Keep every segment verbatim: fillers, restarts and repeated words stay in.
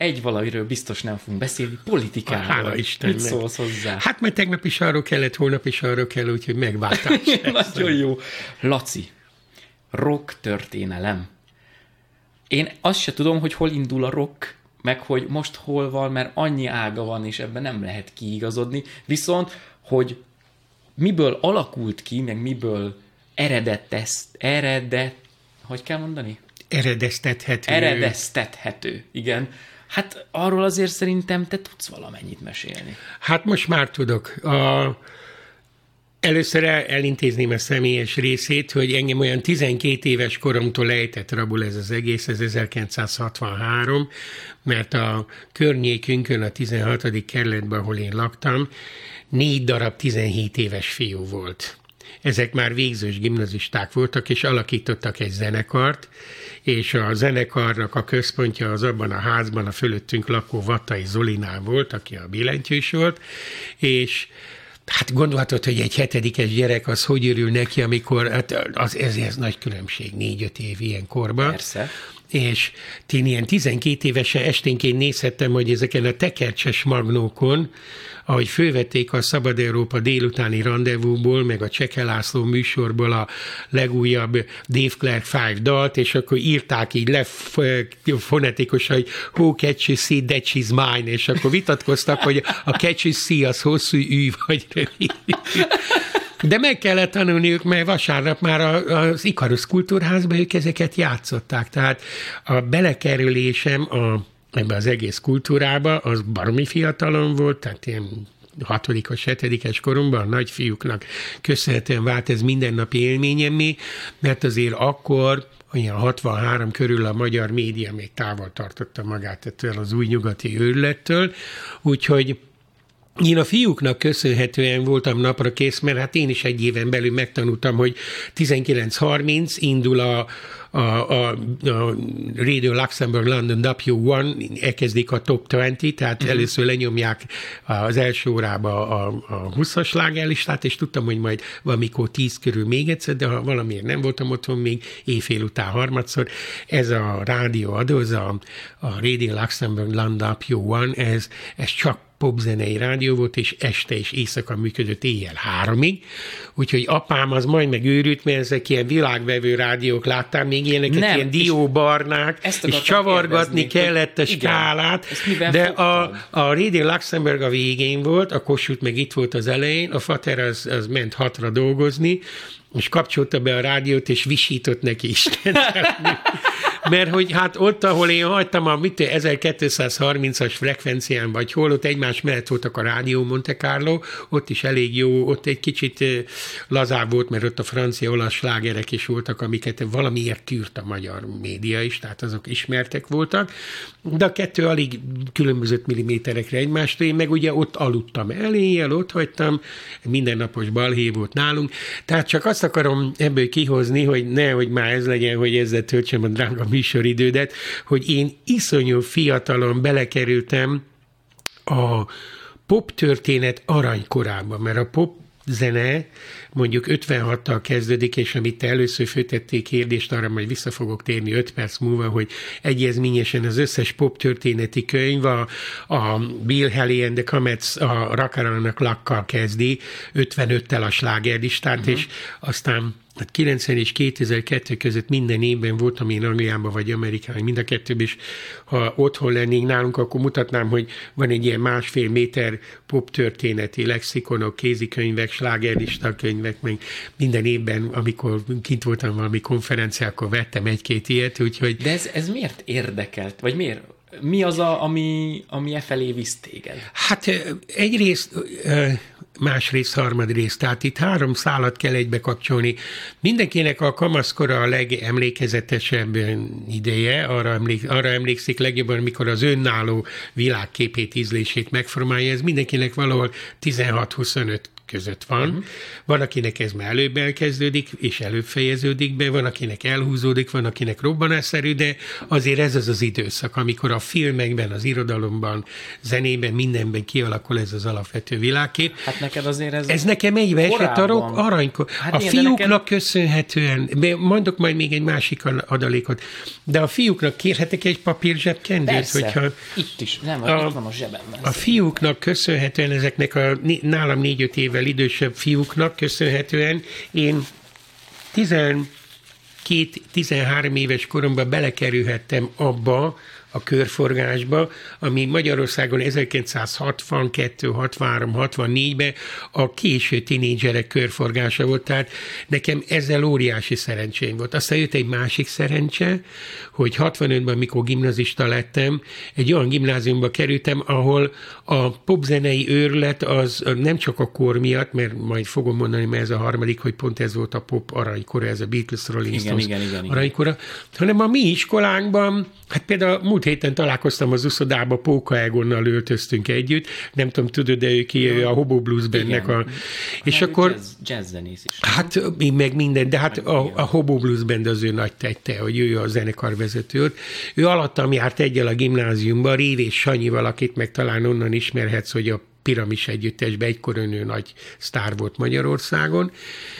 egy valamiről biztos nem fogunk beszélni, politikáról. Hála Istennek. Mit szólsz hozzá? Hát mert tegnap is arról kellett, holnap is arról kell, úgyhogy megváltás. Nagyon jó. Laci, rock történelem. Én azt se tudom, hogy hol indul a rock, meg hogy most hol van, mert annyi ága van, és ebben nem lehet kiigazodni. Viszont, hogy miből alakult ki, meg miből eredetesz, eredet, hogy kell mondani? Eredeztethető. Eredeztethető, igen. Hát arról azért szerintem te tudsz valamennyit mesélni. Hát most már tudok. A... Először el, elintézném a személyes részét, hogy engem olyan tizenkét éves koromtól ejtett rabul ez az egész, ez ezerkilencszázhatvanhárom, mert a környékünkön, a tizenhatodik kerületben, ahol én laktam, négy darab tizenhét éves fiú volt. Ezek már végzős gimnazisták voltak, és alakítottak egy zenekart, és a zenekarnak a központja az abban a házban a fölöttünk lakó Vattai Zolinál volt, aki a billentyűs volt, és hát gondolhatod, hogy egy hetedikes gyerek az hogy örül neki, amikor, hát az, ez, ez nagy különbség, négy-öt év ilyen korban. Persze. És én ilyen tizenkét évesen esténként nézhettem, hogy ezeken a tekercses magnókon, ahogy fölvették a Szabad Európa délutáni rendezvúból, meg a Cseke László műsorból a legújabb Dave Clark öt dalt, és akkor írták így le fonetikusan, hogy who catches C, that is mine, és akkor vitatkoztak, hogy a catches C az hosszú ű, vagy rövid. De meg kellett tanulniuk, mert vasárnap már az Ikarus Kultúrházban ők ezeket játszották. Tehát a belekerülésem a, ebbe az egész kultúrába, az baromi fiatalon volt, tehát ilyen hatodikos, hetedikes koromban a nagyfiúknak köszönhetően vált ez mindennapi élményemmé, mert azért akkor olyan hatvanhárom körül a magyar média még távol tartotta magát ettől az új nyugati őrülettől, úgyhogy én a fiúknak köszönhetően voltam napra kész, mert hát én is egy éven belül megtanultam, hogy tizenkilenc harminc indul a, a, a, a Radio Luxembourg London dupla vé egy, elkezdik a Top húsz, tehát uh-huh. először lenyomják az első órába a, a húszas slágerlistát, és tudtam, hogy majd valamikor tíz körül még egyszer, de ha valamiért nem voltam otthon még éjfél után harmadszor, ez a rádió adó, ez a, a Radio Luxembourg London dupla vé egy, ez, ez csak popzenei rádió volt, és este és éjszaka működött éjjel háromig, úgyhogy apám az majd megőrült, mert ezek ilyen világvevő rádiók, láttál még ilyeneket, nem, ilyen dióbarnák, és, és csavargatni kellett a skálát, de a, a Radio Luxembourg a végén volt, a Kossuth meg itt volt az elején, a fater az, az ment hatra dolgozni, és kapcsolta be a rádiót, és visított neki Isten. Mert hogy hát ott, ahol én hagytam a mit, ezerkétszázharmincas frekvencián, vagy hol, ott egymás mellett voltak a Rádió Monte Carlo, ott is elég jó, ott egy kicsit lazább volt, mert ott a francia-olasz slágerek is voltak, amiket valamiért tűrt a magyar média is, tehát azok ismertek voltak, de a kettő alig különbözött milliméterekre egymástól, én meg ugye ott aludtam el, éjjel ott hagytam, mindennapos balhé volt nálunk, tehát csak azt akarom ebből kihozni, hogy nehogy már ez legyen, hogy ezzel töltsem a drága műsoridődet, hogy én iszonyú fiatalon belekerültem a pop történet aranykorában, mert a pop zene mondjuk ötvenhattal kezdődik, és amit te először föltették kérdést, arra majd vissza fogok térni öt perc múlva, hogy egyezményesen az összes pop történeti könyv, a, a Bill Haley and the Comets a Rakarának lakkal kezdi, ötvenöttel a slágerlistát, uh-huh. és aztán hát kilencven és kétezer-kettő között minden évben voltam én Angliában vagy Amerikában, mind a kettőben, és ha otthon lennénk nálunk, akkor mutatnám, hogy van egy ilyen másfél méter pop történeti lexikonok, kézikönyvek, slágerlista könyvek, meg minden évben, amikor kint voltam valami konferencián, akkor vettem egy-két ilyet, úgyhogy... De ez, ez miért érdekelt? Vagy miért? Mi az, a, ami, ami e felé visz téged? Hát egyrészt... másrészt, harmadrészt. Tehát itt három szálat kell egybe kapcsolni. Mindenkinek a kamaszkora a legemlékezetesebb ideje, arra, emlék, arra emlékszik legjobban, amikor az önálló világképét, ízlését megformálja. Ez mindenkinek valahol tizenhat-huszonöt között van. Uh-huh. Van, akinek ez már előbb elkezdődik, és előbb fejeződik be, van, akinek elhúzódik, van, akinek robbanásszerű, de azért ez az az időszak, amikor a filmekben, az irodalomban, zenében, mindenben kialakul ez az alapvető világkép. Hát neked azért ez... Ez nekem egybe esett a rock aranykor. Hát a fiúknak neked... köszönhetően, mondok majd még egy másik adalékot, de a fiúknak kérhetek egy papír zsebkendőt? Persze, hogyha itt is, nem, a, itt van a zsebemben. A fiúknak köszönhetően, ezeknek a nálam négy-öt évvel idősebb fiúknak köszönhetően én tizenkét-tizenhárom éves koromban belekerülhettem abba a körforgásba, ami Magyarországon ezerkilencszázhatvankettő, hatvanhárom, hatvannégyben a késő tinédzserek körforgása volt, tehát nekem ezzel óriási szerencsém volt. Aztán jött egy másik szerencse, hogy hatvanötben, mikor gimnazista lettem, egy olyan gimnáziumba kerültem, ahol a popzenei őrület az nem csak a kor miatt, mert majd fogom mondani, mert ez a harmadik, hogy pont ez volt a pop aranykora, ez a Beatles, Rolling Stones igen, igen, igen, aranykora, igen. hanem a mi iskolánkban, hát például múlt héten találkoztam az uszodába, Póka Egonnal öltöztünk együtt, nem tudom, tudod, de ő ki, ő a Hobo Blues Bandnek a... És hát akkor... Jazz, jazz zenész is. Hát meg minden, de hát a, a Hobo Blues Band az ő nagy tette, hogy ő a zenekarvezető volt. Ő alattam járt egyel a gimnáziumban, Révés Sanyival, akit meg talán onnan ismerhetsz, hogy a Piramis együttesben egykor ő nagy sztár volt Magyarországon.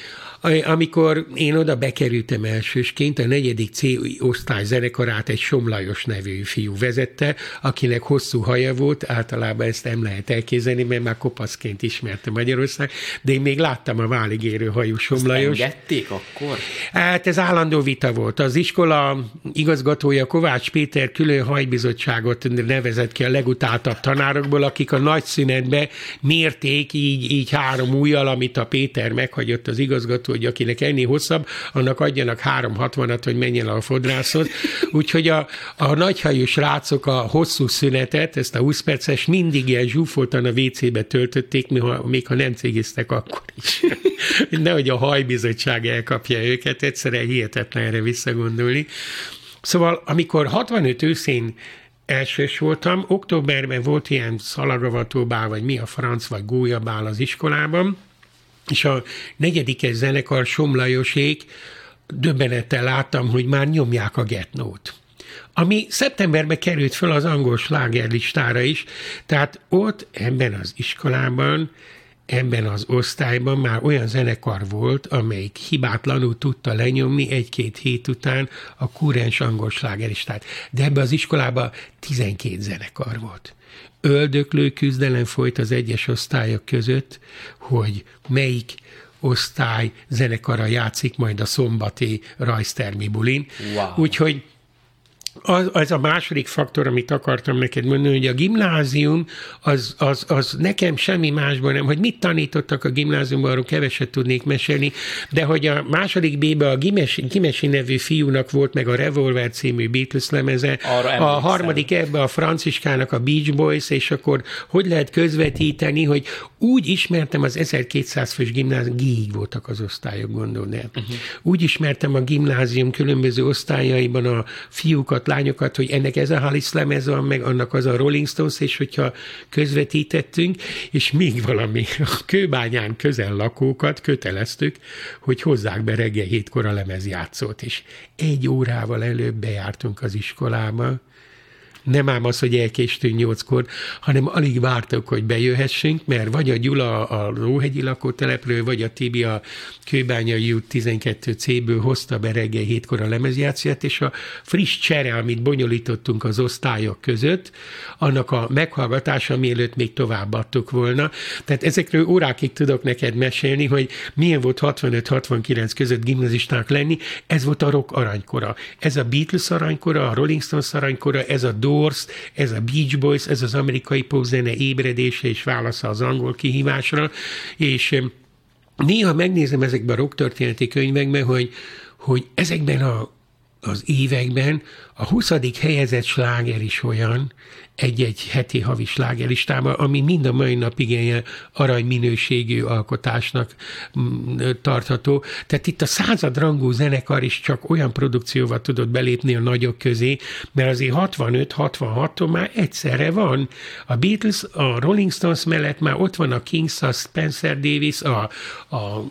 Amikor én oda bekerültem elsősként, a negyedik C osztály zenekarát egy Somlajos nevű fiú vezette, akinek hosszú haja volt, általában ezt nem lehet elképzelni, mert már kopaszként ismerte Magyarország, de én még láttam a válig érő hajú Somlajos. Ezt engedték akkor? Hát ez állandó vita volt. Az iskola igazgatója Kovács Péter külön hajbizottságot nevezett ki a legutáltabb tanárokból, akik a nagy szünetbe mérték így, így három ujjal, amit a Péter meghagyott az igazgató, hogy akinek ennél hosszabb, annak adjanak három hatvanat, hogy menjen a fodrászhoz. Úgyhogy a, a nagyhajú srácok a hosszú szünetet, ezt a húsz perces mindig ilyen zsúfoltan a vé cébe töltötték, még ha, még ha nem cégiztek akkor is. Nehogy a hajbizottság elkapja őket, egyszerűen hihetetlen erre visszagondolni. Szóval, amikor hatvanöt őszén elsős voltam, októberben volt ilyen szalagavatóbál, vagy mi a franc, vagy gólyabál az iskolában, és a negyedikes zenekar Somlajosék döbbenettel láttam, hogy már nyomják a Getnót. Ami szeptemberben került föl az angol slágerlistára is, tehát ott ebben az iskolában, ebben az osztályban már olyan zenekar volt, amelyik hibátlanul tudta lenyomni egy-két hét után a kurrens angol slágerlistát. De ebben az iskolában tizenkét zenekar volt. Öldöklő küzdelem folyt az egyes osztályok között, hogy melyik osztály zenekara játszik majd a szombati rajztermi bulin. Wow. Úgyhogy az, az a második faktor, amit akartam neked mondani, hogy a gimnázium az, az, az nekem semmi másban nem, hogy mit tanítottak a gimnáziumban, arról keveset tudnék mesélni, de hogy a második B-be a Gimesi, Gimesi nevű fiúnak volt meg a Revolver című Beatles lemeze, a harmadik ebbe a Franciskának a Beach Boys, és akkor hogy lehet közvetíteni, hogy úgy ismertem az ezerkétszáz fős gimnázium, gíg voltak az osztályok, gondold el. Uh-huh. Úgy ismertem a gimnázium különböző osztályaiban a fiúkat, lányokat, hogy ennek ez a Halis lemez van, meg annak az a Rolling Stones, és hogyha közvetítettünk, és még valami a Kőbányán közel lakókat köteleztük, hogy hozzák be reggel hétkor a lemezjátszót, és egy órával előbb bejártunk az iskolába. Nem ám az, hogy elkéstünk nyolckor, hanem alig vártuk, hogy bejöhessünk, mert vagy a Gyula a Lóhegyi lakótelepről, vagy a Tibi a Kőbányai út tizenkettő céből hozta be reggel hétkor a lemezjátszót, és a friss csere, amit bonyolítottunk az osztályok között, annak a meghallgatása, mielőtt még tovább adtuk volna. Tehát ezekről órákig tudok neked mesélni, hogy milyen volt hatvanöt hatvankilenc között gimnazistának lenni. Ez volt a rock aranykora. Ez a Beatles aranykora, a Rolling Stones aranykora, ez a Doors, ez a Beach Boys, ez az amerikai popzene ébredése és válasza az angol kihívásra, és néha megnézem ezekben a rocktörténeti könyvekben, hogy, hogy ezekben a az években a huszadik helyezett sláger is olyan, egy-egy heti havi slágerlistában, ami mind a mai napig ilyen arany minőségű alkotásnak tartható. Tehát itt a századrangú zenekar is csak olyan produkcióval tudott belépni a nagyok közé, mert azért hatvanöt hatvanhattól már egyszerre van. A Beatles, a Rolling Stones mellett már ott van a Kings, a Spencer Davis, a, a,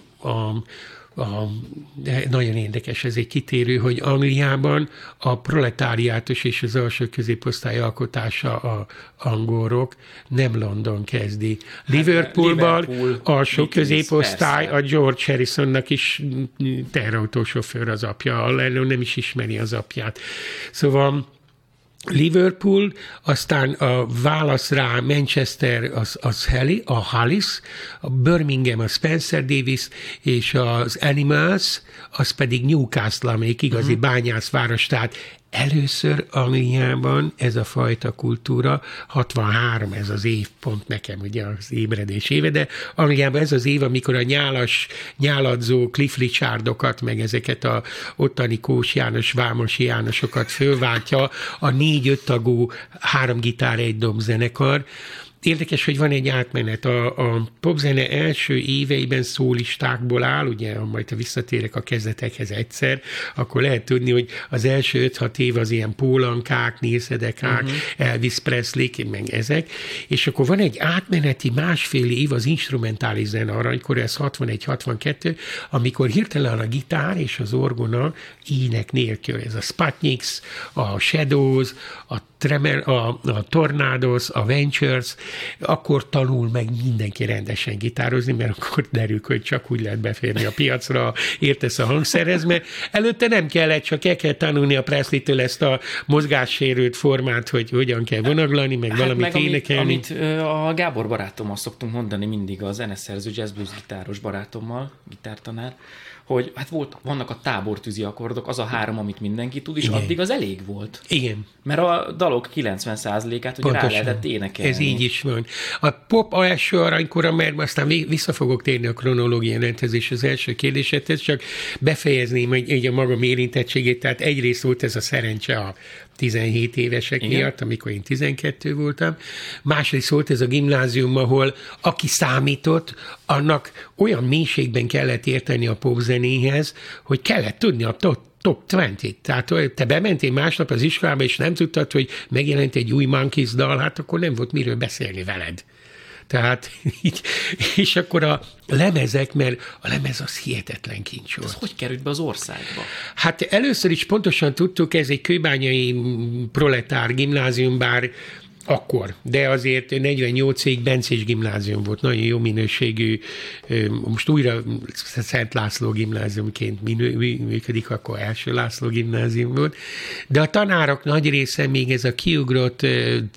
a A, de nagyon érdekes, ez egy kitérő, hogy Angliában a proletáriátus és az alsó középosztály alkotása a angol rock, nem London kezdi. Liverpoolban Liverpool, alsó középosztály, persze. A George Harrisonnak is teherautósofőr az apja, a Lennon nem is ismeri az apját. Szóval Liverpool, aztán a válasz rá Manchester az, az Heli, a Hollis, a Birmingham a Spencer Davis, és az Animals, az pedig Newcastle, amelyik igazi uh-huh. bányászváros, tehát először Angliában ez a fajta kultúra, hatvanhárom ez az év, pont nekem ugye az ébredés éve, de Angliában ez az év, amikor a nyálas, nyáladzó Cliff Richardokat, meg ezeket a ottani Kós János, Vámosi Jánosokat fölváltja a négy-öt tagú három gitár, egy dob zenekar. Érdekes, hogy van egy átmenet. A, a popzene első éveiben szólistákból áll, ugye, ha majd visszatérek a kezdetekhez egyszer, akkor lehet tudni, hogy az első öt-hat év az ilyen pólankák, nézedekák, uh-huh. Elvis Presley, meg ezek, és akkor van egy átmeneti másfél év az instrumentális zene aranykor, ez hatvanegy hatvankettő, amikor hirtelen a gitár és az orgona ének nélkül. Ez a Sputniks, a Shadows, a Tremor, a, a Tornadoes, a Ventures, akkor tanul meg mindenki rendesen gitározni, mert akkor derül, hogy csak úgy lehet beférni a piacra, értesz a hangszerhez, mert előtte nem kellett, csak el kell tanulni a Presley-től ezt a mozgássérült formát, hogy hogyan kell vonaglani, meg hát valamit meg énekelni. Amit, amit a Gábor barátommal szoktunk mondani mindig, a zeneszerző jazz blues gitáros barátommal, gitártanár, hogy hát volt, vannak a tábortűzi akkordok, az a három, amit mindenki tud, és igen. addig az elég volt. Igen. Mert a dalok kilencven százalékát ugye rá lehetett énekelni. Ez így is van. A pop a első aranykora, mert aztán vissza fogok térni a kronológiai rendezés az első kérdésedhez, csak befejezném így a magam érintettségét, tehát egyrészt volt ez a szerencse a tizenhét évesek igen. miatt, amikor én tizenkettő voltam. Másrészt volt ez a gimnázium, ahol aki számított, annak olyan mélységben kellett érteni a popzenéhez, hogy kellett tudni a top top húsz. Tehát te bementél másnap az iskolába, és nem tudtad, hogy megjelent egy új Monkeys dal, hát akkor nem volt miről beszélni veled. Tehát így, és akkor a lemezek, mert a lemez az hihetetlen kincs volt. Ez hogy került be az országba? Hát először is pontosan tudtuk, ez egy kőbányai proletár gimnázium, bár akkor, de azért negyvennyolcig Bencés gimnázium volt, nagyon jó minőségű, most újra Szent László gimnáziumként működik, akkor első László gimnázium volt, de a tanárok nagy része még ez a kiugrott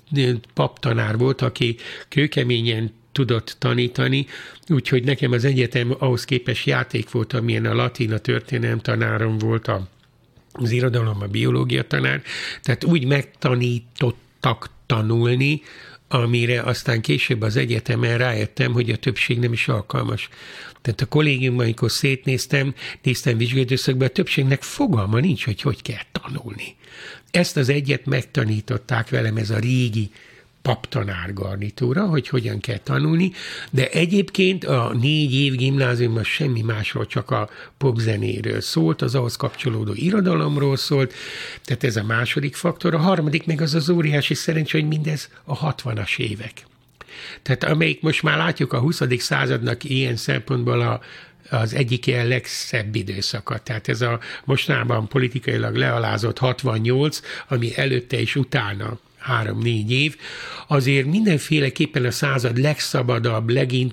paptanár volt, aki kőkeményen tudott tanítani, úgyhogy nekem az egyetem ahhoz képest játék volt, amilyen a latin, a történelem tanárom volt, a, az irodalom, a biológia tanár, tehát úgy megtanítottak tanulni, amire aztán később az egyetemen rájöttem, hogy a többség nem is alkalmas. Tehát a kollégiumban, amikor szétnéztem, néztem vizsgaidőszakban, a többségnek fogalma nincs, hogy hogy kell tanulni. Ezt az egyet megtanították velem, ez a régi paptanár garnitúra, hogy hogyan kell tanulni, de egyébként a négy év gimnáziumban semmi másról, csak a popzenéről szólt, az ahhoz kapcsolódó irodalomról szólt, tehát ez a második faktor. A harmadik meg az az óriási szerencsé, hogy mindez a hatvanas évek. Tehát amelyik most már látjuk a huszadik századnak ilyen szempontból a az egyik ilyen legszebb időszaka. Tehát ez a mostanában politikailag lealázott hatvannyolc, ami előtte és utána három-négy év, azért mindenféleképpen a század legszabadabb,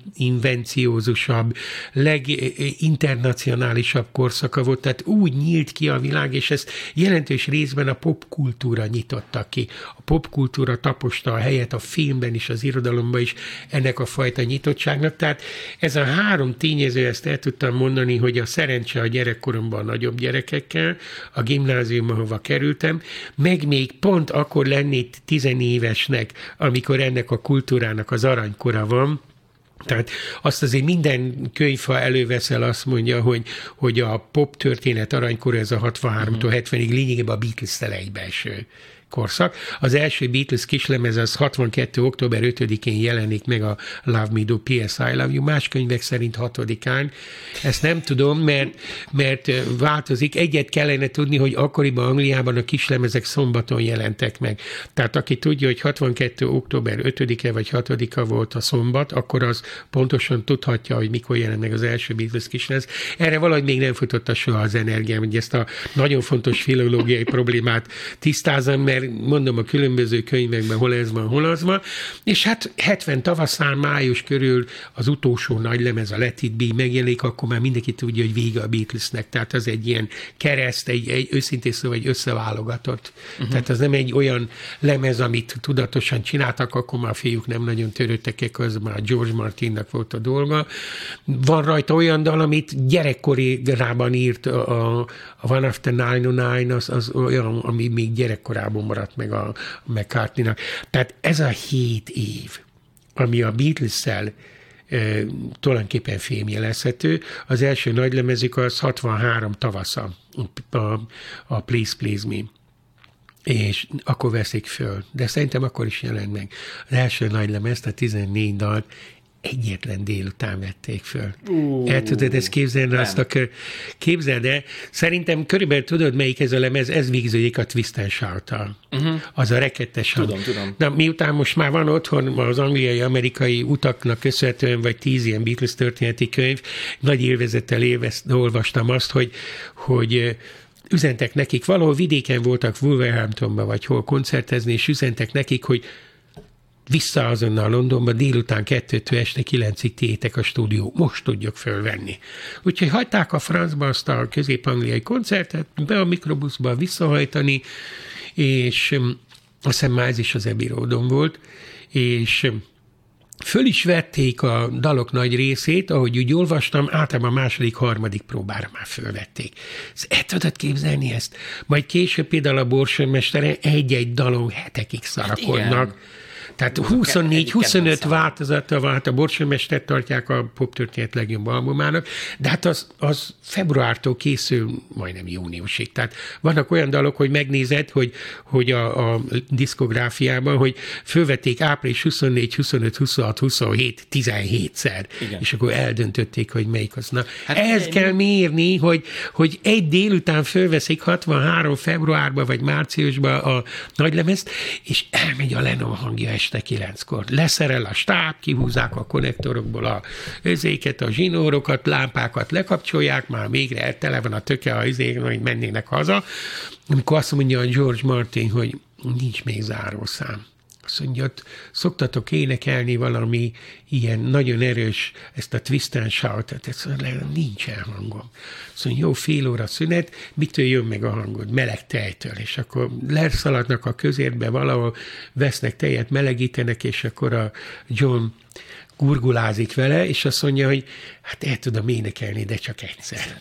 leginvenciózusabb, leginternacionálisabb korszaka volt, tehát úgy nyílt ki a világ, és ezt jelentős részben a popkultúra nyitotta ki. A popkultúra taposta a helyet a filmben is, az irodalomban is ennek a fajta nyitottságnak, tehát ez a három tényező, ezt el tudtam mondani, hogy a szerencse a gyerekkoromban a nagyobb gyerekekkel, a gimnázium, ahova kerültem, meg még pont akkor lenni tizenévesnek, amikor ennek a kultúrának az aranykora van, Tehát azt azért minden könyv, ha előveszel, azt mondja, hogy, hogy a pop történet aranykora, ez a hatvanháromtól hetvenig lényegében a Beatles-tel egybeeső korszak. Az első Beatles kislemez az hatvankettő október ötödikén jelenik meg a Love Me Do, P S I Love You, más könyvek szerint hatodikán. Ezt nem tudom, mert, mert változik. Egyet kellene tudni, hogy akkoriban Angliában a kislemezek szombaton jelentek meg. Tehát aki tudja, hogy hatvankettő október ötödike vagy hatodika volt a szombat, akkor az pontosan tudhatja, hogy mikor jelent meg az első Beatles kislemez. Erre valahogy még nem futott soha az energiám, hogy ezt a nagyon fontos filológiai problémát tisztázom, mert mondom, a különböző könyvekben hol ez van, hol az van, és hát hetven tavaszán, május körül az utolsó nagy lemez, a Let It Be megjelenik, akkor már mindenki tudja, hogy vége a Beatlesnek, tehát az egy ilyen kereszt, egy, egy őszintén szóval egy összeválogatott. Uh-huh. Tehát az nem egy olyan lemez, amit tudatosan csináltak, akkor már a fiúk nem nagyon törődtek, az már George Martinnak volt a dolga. Van rajta olyan dal, amit gyerekkorában írt a, a One After nine oh nine, az, az olyan, ami még gyerekkorában maradt meg a McCartney-nak. Tehát ez a hét év, ami a Beatles-szel e, tulajdonképpen fémjelezhető, az első nagylemezük az hatvanhárom tavasza, a, a Please Please Me. És akkor veszik föl. De szerintem akkor is jelent meg. Az első nagylemezt, a tizennégy dalt egyetlen délután vették föl. Uh, El tudod ezt képzelni? Nem. Azt a kör... Képzeld el, szerintem körülbelül tudod, melyik ez a lemez, ez végződik a Twist and Shout-tal. Uh-huh. Az a rekettes hang. Tudom, tudom. Na, miután most már van otthon az angliai-amerikai utaknak köszönhetően, vagy tíz ilyen Beatles történeti könyv, nagy élvezettel élvez, olvastam azt, hogy, hogy üzentek nekik, valahol vidéken voltak Wolverhamptonban, vagy hol koncertezni, és üzentek nekik, hogy vissza azonnal Londonba, délután kettőtől este kilencig tiétek a stúdió. Most tudjuk fölvenni. Úgyhogy hagyták a francba azt a közép-angliai koncertet, be a mikrobuszba visszahajtani, és azt hiszem már ez is az Abbey Roadon volt, és föl is vették a dalok nagy részét, ahogy úgy olvastam, általában a második, harmadik próbára már fölvették. El tudod képzelni ezt? Majd később például a Borsőmestere egy-egy dalon hetekig szarakodnak. Hát tehát huszonnégy-huszonöt változata van, hát a Borsőmestert tartják a poptörténet legjobb albumának, de hát az, az februártól készül majdnem júniusig. Tehát vannak olyan dalok, hogy megnézed, hogy, hogy a, a diszkográfiában, hogy fölvették április huszonnégy, huszonöt, huszonhat, huszonhét, tizenhétszer, igen. És akkor eldöntötték, hogy melyik az. Na, hát ez én... kell mérni, hogy, hogy egy délután fölveszik hatvanhárom februárba vagy márciusba a nagylemezt, és elmegy a Lennon hangja este kilenckor. Leszerel a stáb, kihúzzák a konnektorokból a özéket, a zsinórokat, lámpákat lekapcsolják, már végre tele van a töke a izéken, hogy mennének haza. Amikor azt mondja a George Martin, hogy nincs még zárószám. Azt mondja, szoktatok énekelni valami ilyen nagyon erős, ezt a Twist and Shout-et, ezt mondja, nincsen hangom. Azt mondja, jó, fél óra szünet, mitől jön meg a hangod? Meleg tejtől. És akkor leszaladnak a közérbe, valahol vesznek tejet, melegítenek, és akkor a John gurgulázik vele, és azt mondja, hogy hát el tudom énekelni, de csak egyszer.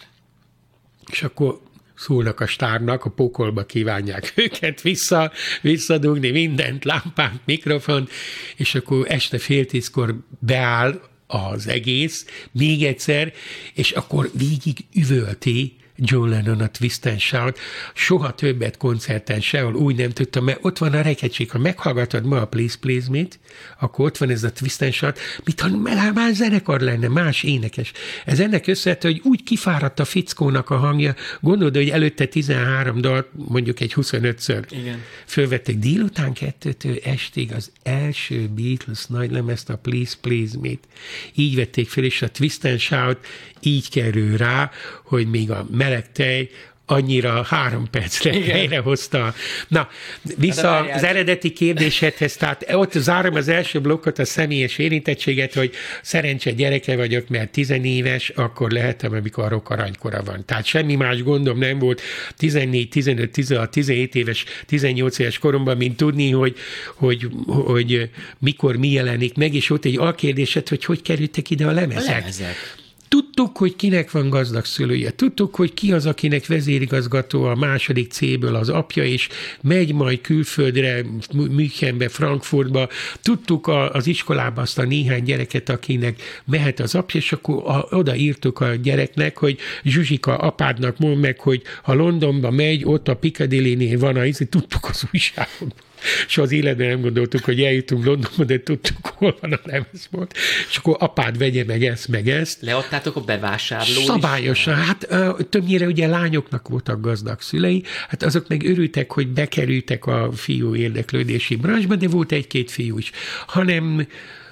És akkor szólnak a stábnak, a pokolba kívánják őket vissza, visszadugni mindent, lámpát, mikrofon, és akkor este fél tízkor beáll az egész, még egyszer, és akkor végig üvölti John Lennon a Twist and Shout. Soha többet koncerten sehol úgy nem tudtam, mert ott van a rekecsik. Ha meghallgatod ma a Please Please Me-t, akkor ott van ez a Twist and Shout, mit ha más zenekar lenne, más énekes. Ez ennek köszönhető, hogy úgy kifáradt a fickónak a hangja, gondolod, hogy előtte tizenhárom dalt, mondjuk egy huszonötször igen. Fölvették délután kettőtől estig az első Beatles nagylemezt, a Please Please Me-t. Így vették fel, és a Twist and Shout így kerül rá, hogy még a meleg tej annyira három percre helyrehozta. Na, vissza az eredeti kérdésedhez, tehát ott zárom az első blokkot, a személyes érintettséget, hogy szerencse gyereke vagyok, mert tizenéves, akkor lehetem, amikor a rock aranykora van. Tehát semmi más gondom nem volt tizennégy, tizenöt, tizenhat, tizenhét éves, tizennyolc éves koromban, mint tudni, hogy, hogy, hogy mikor mi jelenik meg, és ott egy alkérdésed, hogy hogy kerültek ide a lemezek. A lemezek. tudtuk, hogy kinek van gazdag szülője, tudtuk, hogy ki az, akinek vezérigazgató a második C-ből az apja, és megy majd külföldre, Münchenbe, Frankfurtba, tudtuk a, az iskolába azt a néhány gyereket, akinek mehet az apja, és akkor a, odaírtuk a gyereknek, hogy Zsuzsika, apádnak mondd meg, hogy ha Londonba megy, ott a Piccadilly-nél van, a, tudtuk az újságon. És az életben nem gondoltuk, hogy eljutunk Londonba, de tudtuk, hol van a lemezbolt. És akkor apád vegye meg ezt, meg ezt. Leadtátok a bevásárló Szabályosan. Hát többnyire ugye lányoknak voltak gazdag szülei, hát azok meg örültek, hogy bekerültek a fiú érdeklődési branchba, de volt egy-két fiú is. Hanem,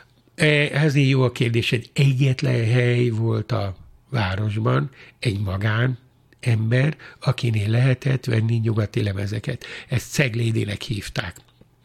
ez így jó a kérdésed, egyetlen hely volt a városban, egy magán, ember, akinél lehetett venni nyugati lemezeket. Ezt Ceglédinek hívták.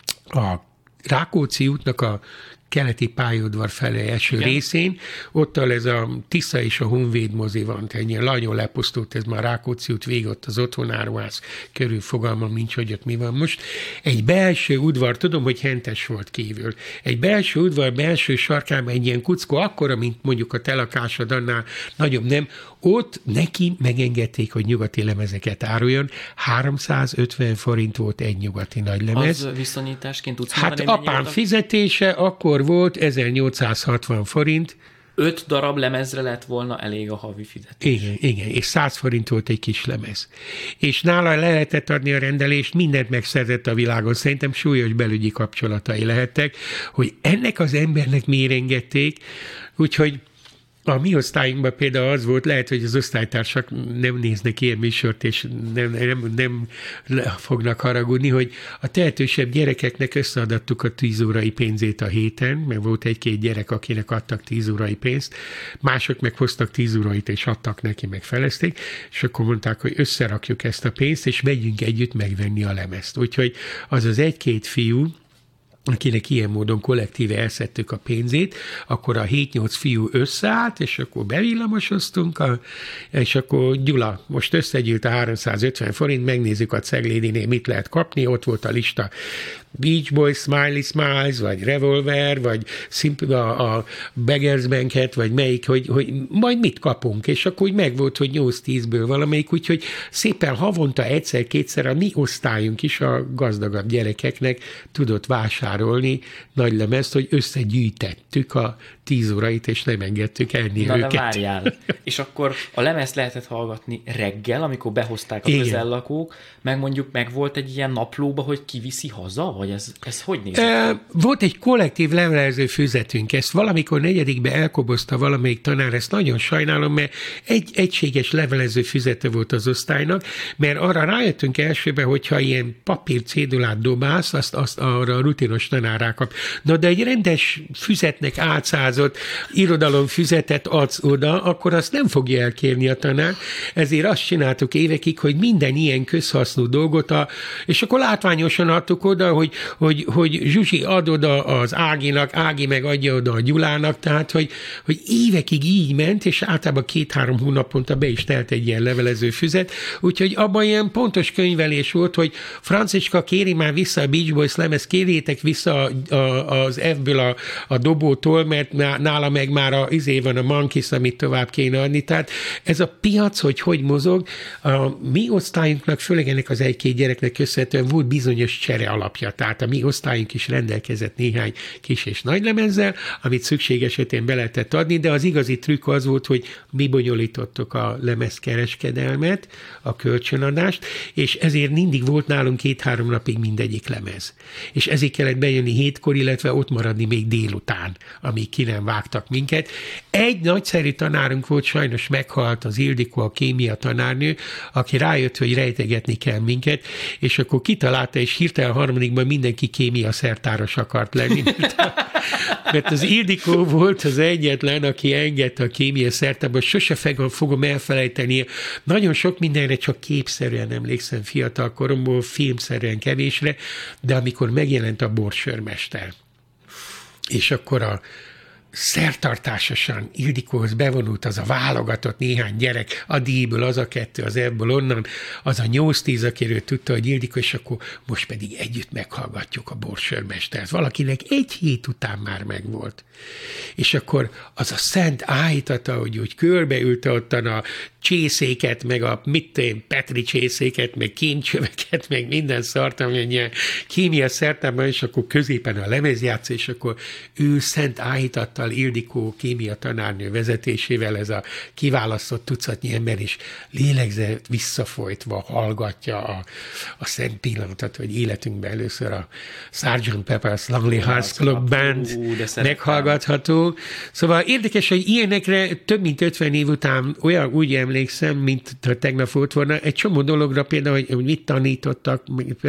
A Rákóczi útnak a keleti pályaudvar felé eső igen. részén, ottal ez a Tisza és a Honvéd mozi van, egy ilyen nagyon lepusztult, ez már Rákóczi út vég, ott az otthonáruház körül, fogalmam nincs, hogy ott mi van most. Egy belső udvar, tudom, hogy hentes volt kívül, egy belső udvar belső sarkában egy ilyen kuckó, akkora, mint mondjuk a te lakásod, annál nagyobb nem, ott neki megengedték, hogy nyugati lemezeket áruljon, háromszázötven forint volt egy nyugati nagylemez. Az viszonyításként tudsz hát mondani, apám fizetése akkor volt ezernyolcszázhatvan forint. Öt darab lemezre lett volna elég a havi fizetés. Igen, igen, és száz forint volt egy kis lemez. És nála lehetett adni a rendelést, mindent megszerzett a világon. Szerintem súlyos belügyi kapcsolatai lehettek, hogy ennek az embernek miért engedték, úgyhogy a mi osztályunkban például az volt, lehet, hogy az osztálytársak nem néznek ilyen műsort, és nem, nem, nem fognak haragudni, hogy a tehetősebb gyerekeknek összeadattuk a tíz órai pénzét a héten, mert volt egy-két gyerek, akinek adtak tíz órai pénzt, mások meg hoztak tíz órait, és adtak neki, meg felezték, és akkor mondták, hogy összerakjuk ezt a pénzt, és megyünk együtt megvenni a lemezt. Úgyhogy az az egy-két fiú, akinek ilyen módon kollektíve elszedtük a pénzét, akkor a hét-nyolc fiú összeállt, és akkor bevillamosoztunk, a, és akkor Gyula, most összegyűlt a háromszázötven forint, megnézzük a Ceglédinél, mit lehet kapni, ott volt a lista Beach Boys, Smiley Smiles, vagy Revolver, vagy a, a Beggars Banquet, vagy melyik, hogy, hogy majd mit kapunk, és akkor úgy megvolt, hogy nyolc-tízből valamelyik, úgyhogy szépen havonta egyszer-kétszer a mi osztályunk is a gazdagabb gyerekeknek tudott vásárolni nagy lemezt, hogy összegyűjtettük a tíz órait, és nem engedtük enni Na, őket. De várjál. És akkor a lemezt lehetett hallgatni reggel, amikor behozták a közellakók, meg mondjuk meg volt egy ilyen naplóba, hogy kiviszi haza, vagy ez, ez hogy néz e, Volt egy kollektív levelező füzetünk, ezt valamikor negyedikbe elkobozta valamelyik tanár, ezt nagyon sajnálom, mert egy egységes levelező füzete volt az osztálynak, mert arra rájöttünk elsőben, hogyha ilyen papír cédulát dobálsz, azt, azt arra a rutinos tanár rákap. Na, de egy rendes füzetnek átszázott irodalom füzetet adsz oda, akkor azt nem fogja elkérni a tanár, ezért azt csináltuk évekig, hogy minden ilyen közhasznú dolgot, a, és akkor látványosan adtuk oda, hogy, hogy, hogy Zsuzsi ad oda az Áginak, Ági meg adja oda a Gyulának, tehát, hogy, hogy évekig így ment, és általában két-három hónaponta be is telt egy ilyen levelező füzet, úgyhogy abban ilyen pontos könyvelés volt, hogy Franciska, kéri már vissza a Beach Boys lemez, kérjétek vissza a, a, az F-ből a, a dobótól, mert nála meg már a, izé van a Monkeys, amit tovább kéne adni, tehát ez a piac, hogy hogy mozog, a mi osztályunknak, főleg ennek az egy-két gyereknek köszönhetően volt bizonyos csere alapja, tehát a mi osztályunk is rendelkezett néhány kis és nagy lemezzel, amit szükség esetén be lehetett adni, de az igazi trükk az volt, hogy mi bonyolítottuk a lemezkereskedelmet, a kölcsönadást, és ezért mindig volt nálunk két-három napig mindegyik lemez. És ezért kellett bejönni hétkor, illetve ott maradni még délután, amíg ki nem vágtak minket. Egy nagyszerű tanárunk volt, sajnos meghalt, az Ildikó, a kémia tanárnő, aki rájött, hogy rejtegetni kell minket, és akkor kitalálta, és hirtelen a harmadikban mindenki kémia szertáros akart lenni. Mert az Ildikó volt az egyetlen, aki engedte a kémia szertárba, sose fogom elfelejteni. Nagyon sok mindenre csak képszerűen emlékszem fiatal koromból, filmszerűen kevésre, de amikor megjelent a Borsőrmester, és akkor a szertartásosan Ildikóhoz bevonult az a válogatott néhány gyerek, a D-ből, az a kettő, az F-ből, onnan, az a nyolc-tíz, akiről tudta, hogy Ildikó, és akkor most pedig együtt meghallgatjuk a borsőrmestert. Valakinek egy hét után már megvolt. És akkor az a szent áhítata, hogy úgy körbeülte ottan a csészéket, meg a mit én, Petri csészéket, meg kémcsöveket, meg minden szart, ami egy ilyen kémia szertában, és akkor középen a lemezjátszó, és akkor ő szent áhítattal Ildikó kémia tanárnő vezetésével ez a kiválasztott tucatnyi ember is lélegzett visszafolytva hallgatja a, a szent pillanatot, hogy életünkben először a sergeant Pepper's Lonely Hearts Club Band meghallgatható. Szóval érdekes, hogy ilyenekre több mint ötven év után olyan úgy emlékszem, mint tegnap volt volna, egy csomó dologra például, hogy, hogy mit tanítottak,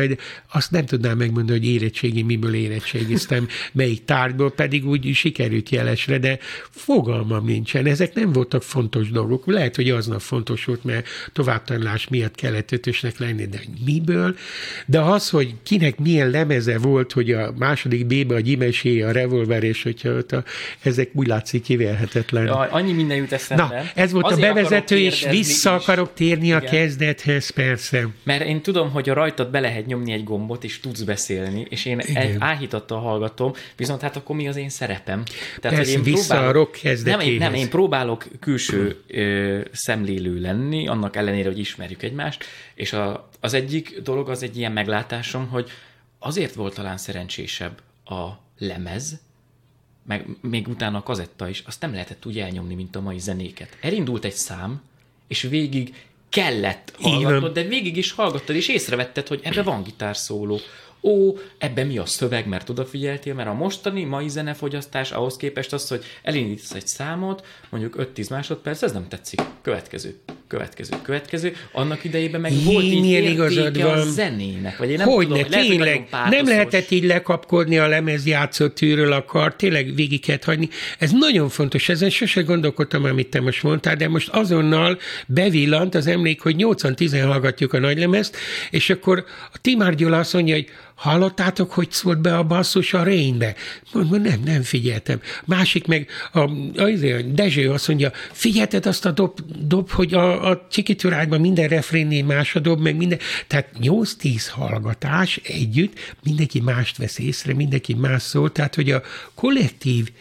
azt nem tudnám megmondani, hogy érettségi, miből érettségiztem, melyik tárgyból, pedig úgy sikerült jelesre, de fogalmam nincsen. Ezek nem voltak fontos dolgok. Lehet, hogy aznap fontos volt, mert továbbtanulás miatt kellett ötösnek lenni, de miből? De az, hogy kinek milyen lemeze volt, hogy a második B-be a Gyimesé, a Revolver, és hogyha a, ezek úgy látszik kivélhetetlen. Ja, annyi minden jut eszembe. Na, ez volt azért a bevezető, és vissza is. Akarok térni igen. a kezdethez, persze. Mert én tudom, hogy a rajtad be lehet nyomni egy gombot, és tudsz beszélni, és én egy áhítattal hallgatom, viszont hát akkor mi az én szerepem? Tehát, persze, hogy én vissza próbálok, a rock kezdetéhez. Nem, nem, én próbálok külső ö, szemlélő lenni, annak ellenére, hogy ismerjük egymást, és a, az egyik dolog az egy ilyen meglátásom, hogy azért volt talán szerencsésebb a lemez, meg még utána a kazetta is, azt nem lehetett úgy elnyomni, mint a mai zenéket. Elindult egy szám, és végig kellett hallgatnod, de végig is hallgattad, és észrevetted, hogy ebbe van gitárszóló. Ó, ebben mi a szöveg, mert odafigyeltél, mert a mostani mai zenefogyasztás ahhoz képest az, hogy elindítasz egy számot, mondjuk öt-tíz másodperc, ez nem tetszik. Következő, következő, következő. Annak idejében meg volt így értéke a zenének. Vagy én nem Hogyne, tudom, lehet, tényleg, nem lehetett így lekapkodni a lemezjátszó tűről a kar, tényleg végig kellett hagyni. Ez nagyon fontos, ezen sose gondolkodtam, amit te most mondtál, de most azonnal bevillant az emlék, hogy nyolcvan-tízen hallgatjuk a nagylemezt, és akkor a Timár Gyula azt mondja, hogy hallottátok, hogy szólt be a basszus a Rainbe? Mondom, nem, nem figyeltem. Másik meg a, a, a Dezső azt mondja, figyelted azt a dob, dob hogy a, a csikitűrágyban minden refrénnél más a dob, meg minden. Tehát nyolc-tíz hallgatás együtt, mindenki mást vesz észre, mindenki más szól, tehát hogy a kollektív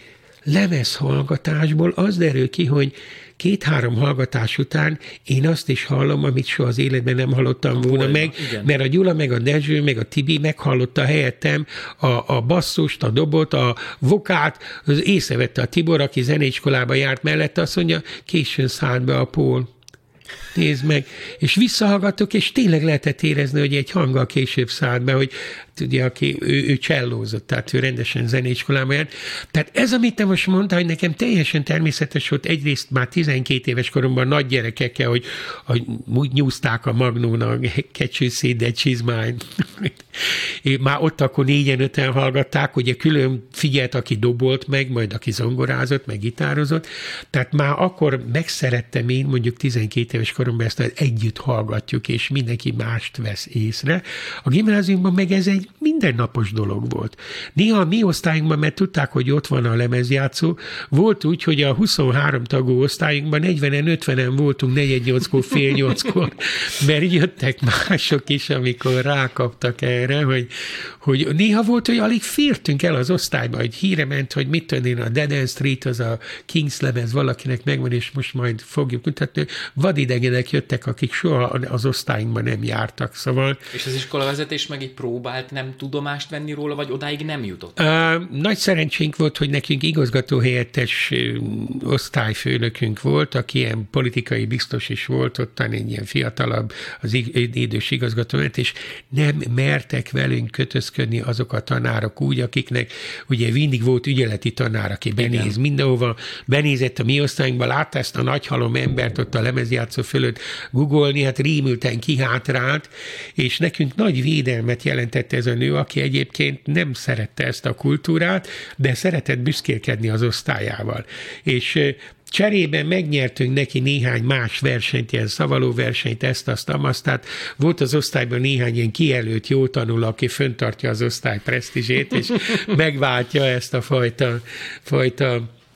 lemezhallgatásból az derül ki, hogy két-három hallgatás után én azt is hallom, amit soha az életben nem hallottam volna Volna, meg, igen. Mert a Gyula, meg a Dezső, meg a Tibi meghallotta helyettem a, a basszust, a dobot, a vokát, az észrevette a Tibor, aki zeneiskolába járt mellette, azt mondja, későn szállt be a Pól. Nézd meg, és visszahallgattok, és tényleg lehetett érezni, hogy egy hanggal később szállt be, hogy tudja, aki, ő, ő csellózott, tehát ő rendesen zeneiskolában járt. Tehát ez, amit te most mondtál, hogy nekem teljesen természetes volt, egyrészt már tizenkét éves koromban nagy gyerekekkel, hogy, hogy úgy nyúzták a Magnónak, Catch You See That She's Mine. Már ott akkor négyen-öten hallgatták, ugye külön figyelt, aki dobolt meg, majd aki zongorázott, meg gitározott. Tehát már akkor megszerettem én, mondjuk tizenkét éves koromban ezt együtt hallgatjuk, és mindenki mást vesz észre. A gimnáziumban meg ez egy mindennapos dolog volt. Néha a mi osztályunkban, mert tudták, hogy ott van a lemezjátszó, volt úgy, hogy a huszonhárom tagú osztályunkban negyvenen, ötvenen voltunk negyed nyolckor, fél nyolckor, mert jöttek mások is, amikor rákaptak erre, hogy, hogy néha volt, hogy alig fértünk el az osztályba, hogy híre ment, hogy mit tudom én, a Dead End Street, az a Kings lemez valakinek megvan, és most majd fogjuk mutatni. Vadidegenek jöttek, akik soha az osztályunkban nem jártak, szóval... És az iskolavezetés meg így próbált nem tudomást venni róla, vagy odáig nem jutott? Uh, nagy szerencsénk volt, hogy nekünk igazgatóhelyettes osztályfőnökünk volt, aki ilyen politikai biztos is volt, ottan egy ilyen fiatalabb, az idős igazgató, és nem mertek velünk kötözködni azok a tanárok úgy, akiknek ugye mindig volt ügyeleti tanár, aki benéz igen. mindenhova, benézett a mi osztályunkba, látta ezt a nagy halom embert ott a lemezjátszó fölött googolni, hát rémülten kihátrált, és nekünk nagy védelmet jelentette ez a nő, aki egyébként nem szerette ezt a kultúrát, de szeretett büszkélkedni az osztályával. És cserében megnyertünk neki néhány más versenyt, ilyen szavaló versenyt, ezt, azt, amazt, tehát volt az osztályban néhány ilyen kijelölt jó tanuló, aki föntartja az osztály presztízsét, és megváltja ezt a fajta, fajta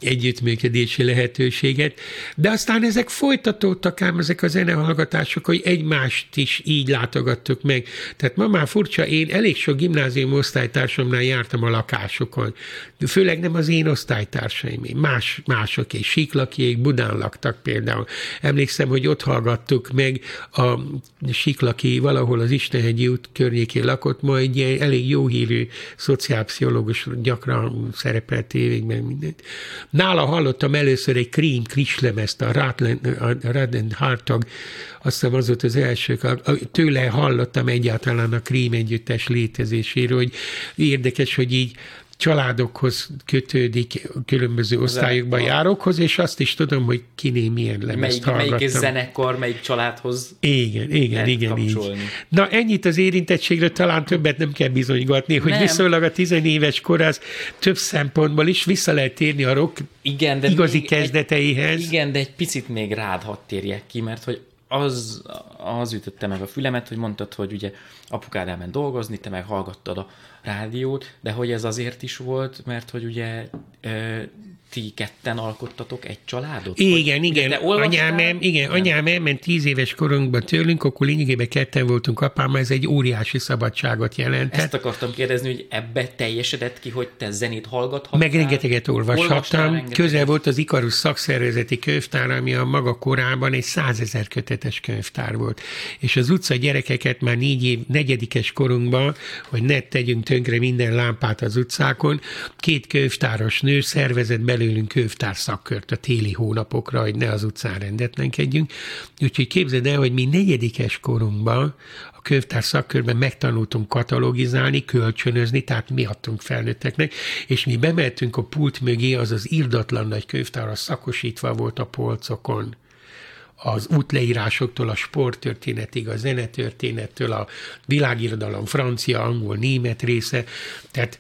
együttműködési lehetőséget, de aztán ezek folytatódtak ám, ezek a zenehallgatások, hogy egymást is így látogattuk meg. Tehát ma már furcsa, én elég sok gimnázium osztálytársamnál jártam a lakásokon, főleg nem az én osztálytársaim, más, mások és Siklakiék Budán laktak például. Emlékszem, hogy ott hallgattuk meg a Siklaki valahol az Istenhegyi út környékén lakott, ma egy elég jó hírű szociálpszichológus, gyakran szerepelt tévékben mindent. Nála hallottam először egy Cream kislemezt, a Red and Hartog, azt hiszem az volt az első, tőle hallottam egyáltalán a Cream együttes létezéséről, hogy érdekes, hogy így családokhoz kötődik, különböző osztályokban járokhoz, és azt is tudom, hogy kiné milyen lemezt melyik, hallgattam. melyik zenekar, melyik családhoz igen, igen, igen, így. Na ennyit az érintettségről, talán többet nem kell bizonygatni, hogy nem. Viszonylag a tizenéves kor az több szempontból is vissza lehet térni a rock igen, de igazi kezdeteihez. Egy, igen, de egy picit még rád hadd térjek ki, mert hogy az, az ütötte meg a fülemet, hogy mondtad, hogy ugye apukád elment dolgozni, te meg hallgattad a rádiót, de hogy ez azért is volt, mert hogy ugye ö, ti ketten alkottatok egy családot? Igen, vagy, igen. Anyám, el, igen, anyám elment tíz éves korunkban tőlünk, akkor lényegében ketten voltunk apámmal, ez egy óriási szabadságot jelentett. Ezt akartam kérdezni, hogy ebbe teljesedett ki, hogy te zenét hallgathattál? Meg rengeteget olvashattam. Rengeteget. Közel volt az Ikarus szakszervezeti könyvtár, ami a maga korában egy százezer kötetes könyvtár volt. És az utca gyerekeket már négy év, negyedikes korunkban, hogy ne tegyünk tönkre minden lámpát az utcákon, két könyvtáros nő szervezett belőlünk könyvtár szakkört a téli hónapokra, hogy ne az utcán rendetlenkedjünk. Úgyhogy képzeld el, hogy mi negyedikes korunkban a könyvtár szakkörben megtanultunk katalogizálni, kölcsönözni, tehát mi adtunk felnőtteknek, és mi bemeltünk a pult mögé, az az irdatlan nagy könyvtár, szakosítva volt a polcokon. Az útleírásoktól a sporttörténetig, a zenetörténettől, a világirodalom francia, angol, német része. Tehát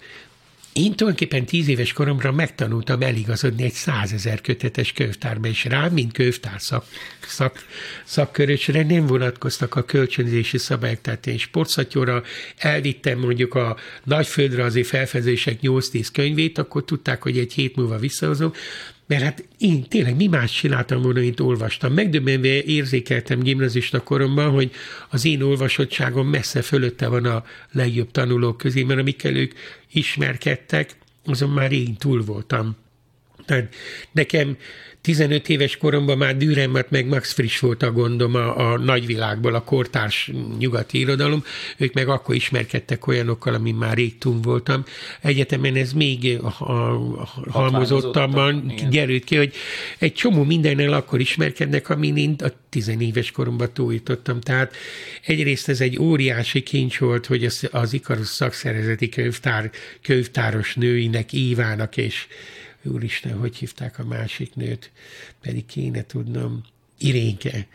én tulajdonképpen tíz éves koromra megtanultam eligazodni egy százezer kötetes könyvtárba, és rám, mint könyvtár szak, szak, szakkörösre nem vonatkoztak a kölcsönzési szabályok. Tehát én sportszatyóra elvittem mondjuk a nagyföldrajzi felfedezések nyolc-tíz könyvét, akkor tudták, hogy egy hét múlva visszahozom, mert hát én tényleg mi más csináltam volna, mint olvastam. Megdöbbenve érzékeltem gimnazista koromban, hogy az én olvasottságom messze fölötte van a legjobb tanulók közé, mert amikkel ők ismerkedtek, azon már én túl voltam. Tehát nekem tizenöt éves koromban már Dürrenmatt meg Max Frisch volt a gondom a, a nagyvilágból, a kortárs nyugati irodalom, ők meg akkor ismerkedtek olyanokkal, amin már rég túl voltam. Egyetemen ez még a, a, a halmozottabban gyerült ki, hogy egy csomó mindennel akkor ismerkednek, amin én a tizenéves koromban túljutottam. Tehát egyrészt ez egy óriási kincs volt, hogy az, az Ikarus szakszervezeti könyvtár, könyvtáros nőinek, Évának és úristen, hogy hívták a másik nőt, pedig kéne tudnom, Irénke.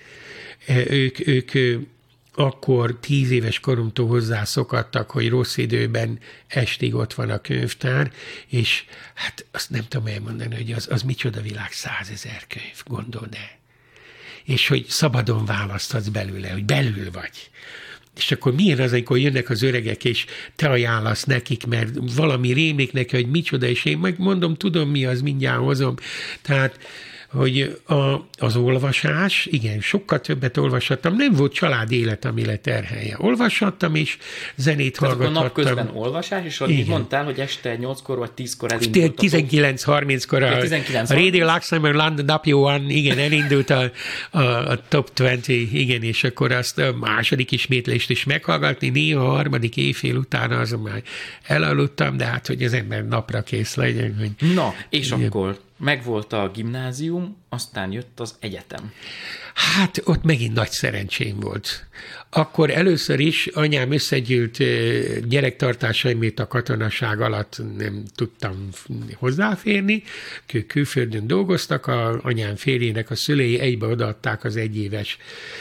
Ők, ők akkor tíz éves koromtól hozzászokadtak, hogy rossz időben estig ott van a könyvtár, és hát azt nem tudom elmondani, hogy az, az micsoda világ, százezer könyv, gondold el. És hogy szabadon választhatsz belőle, hogy belül vagy. És akkor milyen az, amikor jönnek az öregek, és te ajánlasz nekik, mert valami rémlik neki, hogy micsoda, és én megmondom, tudom mi az, mindjárt hozom. Tehát, hogy a, az olvasás, igen, sokkal többet olvashattam, nem volt család élet, ami leterhelje. Olvashattam, és zenét tehát hallgathattam. A nap közben olvasás, és addig mondtál, hogy este nyolckor vagy tízkor elindultatok. tizenkilenc harminckor a, a Radio Luxembourg London napja van, igen, elindult a, a, a Top húsz, igen, és akkor azt a második ismétlést is meghallgatni, néha a harmadik éjfél utána azon már elaludtam, de hát, hogy az ember napra kész legyen. Hogy na, és igen. Akkor megvolt a gimnázium, aztán jött az egyetem. Hát ott megint nagy szerencsém volt. Akkor először is anyám összegyűlt gyerektartásaimét a katonaság alatt nem tudtam hozzáférni. Ők külföldön dolgoztak, a anyám férjének a szülei egybe odaadták az egyéves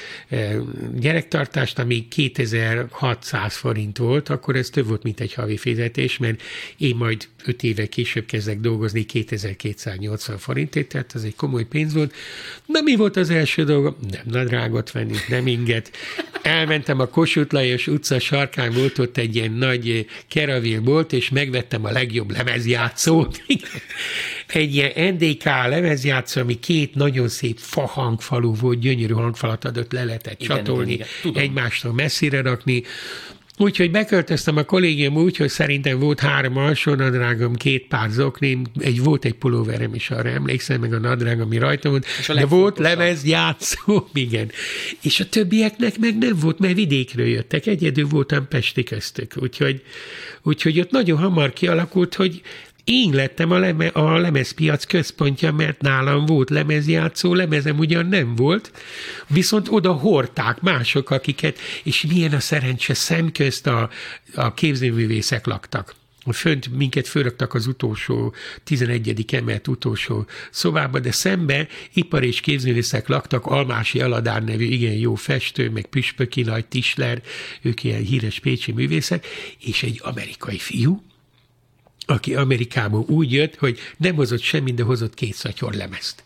gyerektartást, ami kétezer-hatszáz forint volt, akkor ez több volt, mint egy havi fizetés, mert én majd öt éve később kezdek dolgozni kétezer-kétszáznyolcvan forintért, tehát ez egy komoly pénz volt. Na mi volt az első dolgom? Nem nadrágot venni, nem inget. Elmentem a Kossuth Lajos utca sarkán, volt ott egy ilyen nagy Keraville bolt, és megvettem a legjobb lemezjátszót. egy ilyen en dé ká lemezjátszó, ami két nagyon szép fahangfalú volt, gyönyörű hangfalat adott, le lehetett igen, csatolni, igen, igen. Egymástól messzire rakni. Úgyhogy beköltöztem a kollégium úgy, hogy szerintem volt három alsónadrágom, két pár zoknim, egy, volt egy pulóverem is, arra emlékszem, meg a nadrág, ami rajta volt, de volt lemezjátszó, igen. És a többieknek meg nem volt, mert vidékről jöttek, egyedül voltam pesti köztük. Úgyhogy, úgyhogy ott nagyon hamar kialakult, hogy én lettem a, leme, a lemezpiac központja, mert nálam volt lemezjátszó, lemezem ugyan nem volt, viszont oda hordták mások, akiket, és milyen a szerencse, szemközt a, a képzőművészek laktak. Fönt minket fölraktak az utolsó, tizenegyedik emelet utolsó szobába, de szembe ipar és képzőművészek laktak, Almási Aladár nevű igen jó festő, meg Püspöki Nagy, Tisler, ők ilyen híres pécsi művészek, és egy amerikai fiú, aki Amerikából úgy jött, hogy nem hozott semmit, de hozott két szatyor lemezt.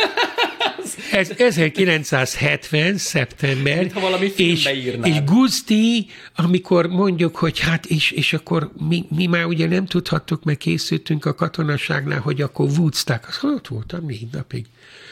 Ez ezerkilencszázhetven. szeptember, és, és Guszti, amikor mondjuk, hogy hát, és, és akkor mi, mi már ugye nem tudhattuk, mert készültünk a katonaságnál, hogy akkor Woodstock, az ott voltam négy napig.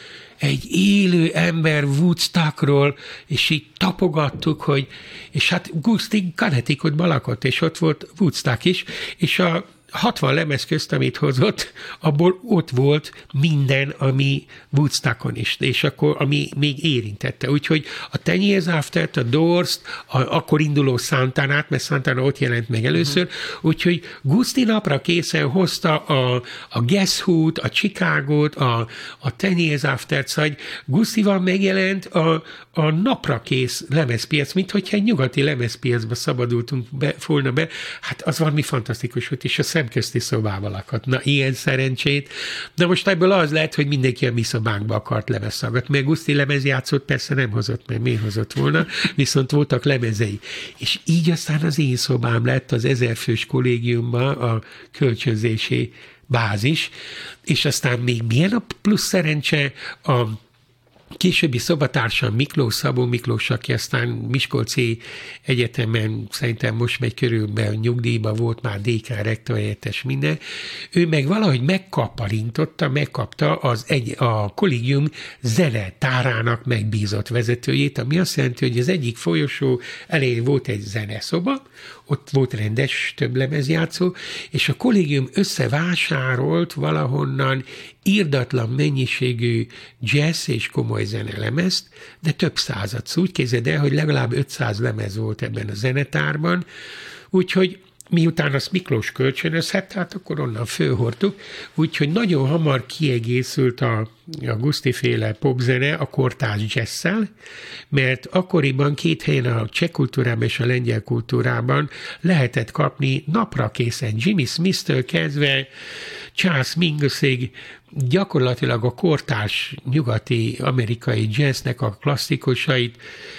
Egy élő ember Woodstockról, és így tapogattuk, hogy, és hát Guszti Connecticutban lakott, és ott volt Woodstock is, és a hatvan lemez közt, amit hozott, abból ott volt minden, ami Woodstockon is, és akkor, ami még érintette. Úgyhogy a Ten Years After-t, a Doors-t, a, akkor induló Santanát, mert Santana ott jelent meg először, uh-huh. úgyhogy Guszti napra készen hozta a, a Guess Who-t, a Chicago-t, a, a Ten Years After-t, szóval Gusztival megjelent a, a napra kész lemezpiac, mint hogyha egy nyugati lemezpiacba szabadultunk be, volna be, hát az valami fantasztikus volt, és a szemközti szobával akadt. Na, ilyen szerencsét. Na most ebből az lehet, hogy mindenki a mi szobánkba akart lemezszaggatni, mert Guszti lemezjátszót persze nem hozott, mert mi hozott volna, viszont voltak lemezei. És így aztán az én szobám lett az ezerfős kollégiumban a kölcsönzési bázis, és aztán még milyen a plusz szerencse, a későbbi szobatársam Miklós, Szabó Miklós, aki aztán Miskolci Egyetemen szerintem most megy körülbelül nyugdíjba, volt már dé ká rektor helyettes minden, ő meg valahogy megkaparintotta, megkapta az egy, a kollégium zenetárának megbízott vezetőjét, ami azt jelenti, hogy az egyik folyosó elején volt egy zeneszoba, ott volt rendes több lemezjátszó, és a kollégium összevásárolt valahonnan irdatlan mennyiségű jazz és komoly zenelemezt, de több százat. Úgy képzeld el, hogy legalább ötszáz lemez volt ebben a zenetárban, úgyhogy miután azt Miklós kölcsönözhet, hát akkor onnan fölhordtuk, úgyhogy nagyon hamar kiegészült a, a Guszti-féle popzene a kortárs jazzszel, mert akkoriban két helyen a cseh kultúrában és a lengyel kultúrában lehetett kapni napra készen Jimmy Smith-től kezdve Charles Mingusig, gyakorlatilag a kortárs nyugati amerikai jazznek a klasszikusait,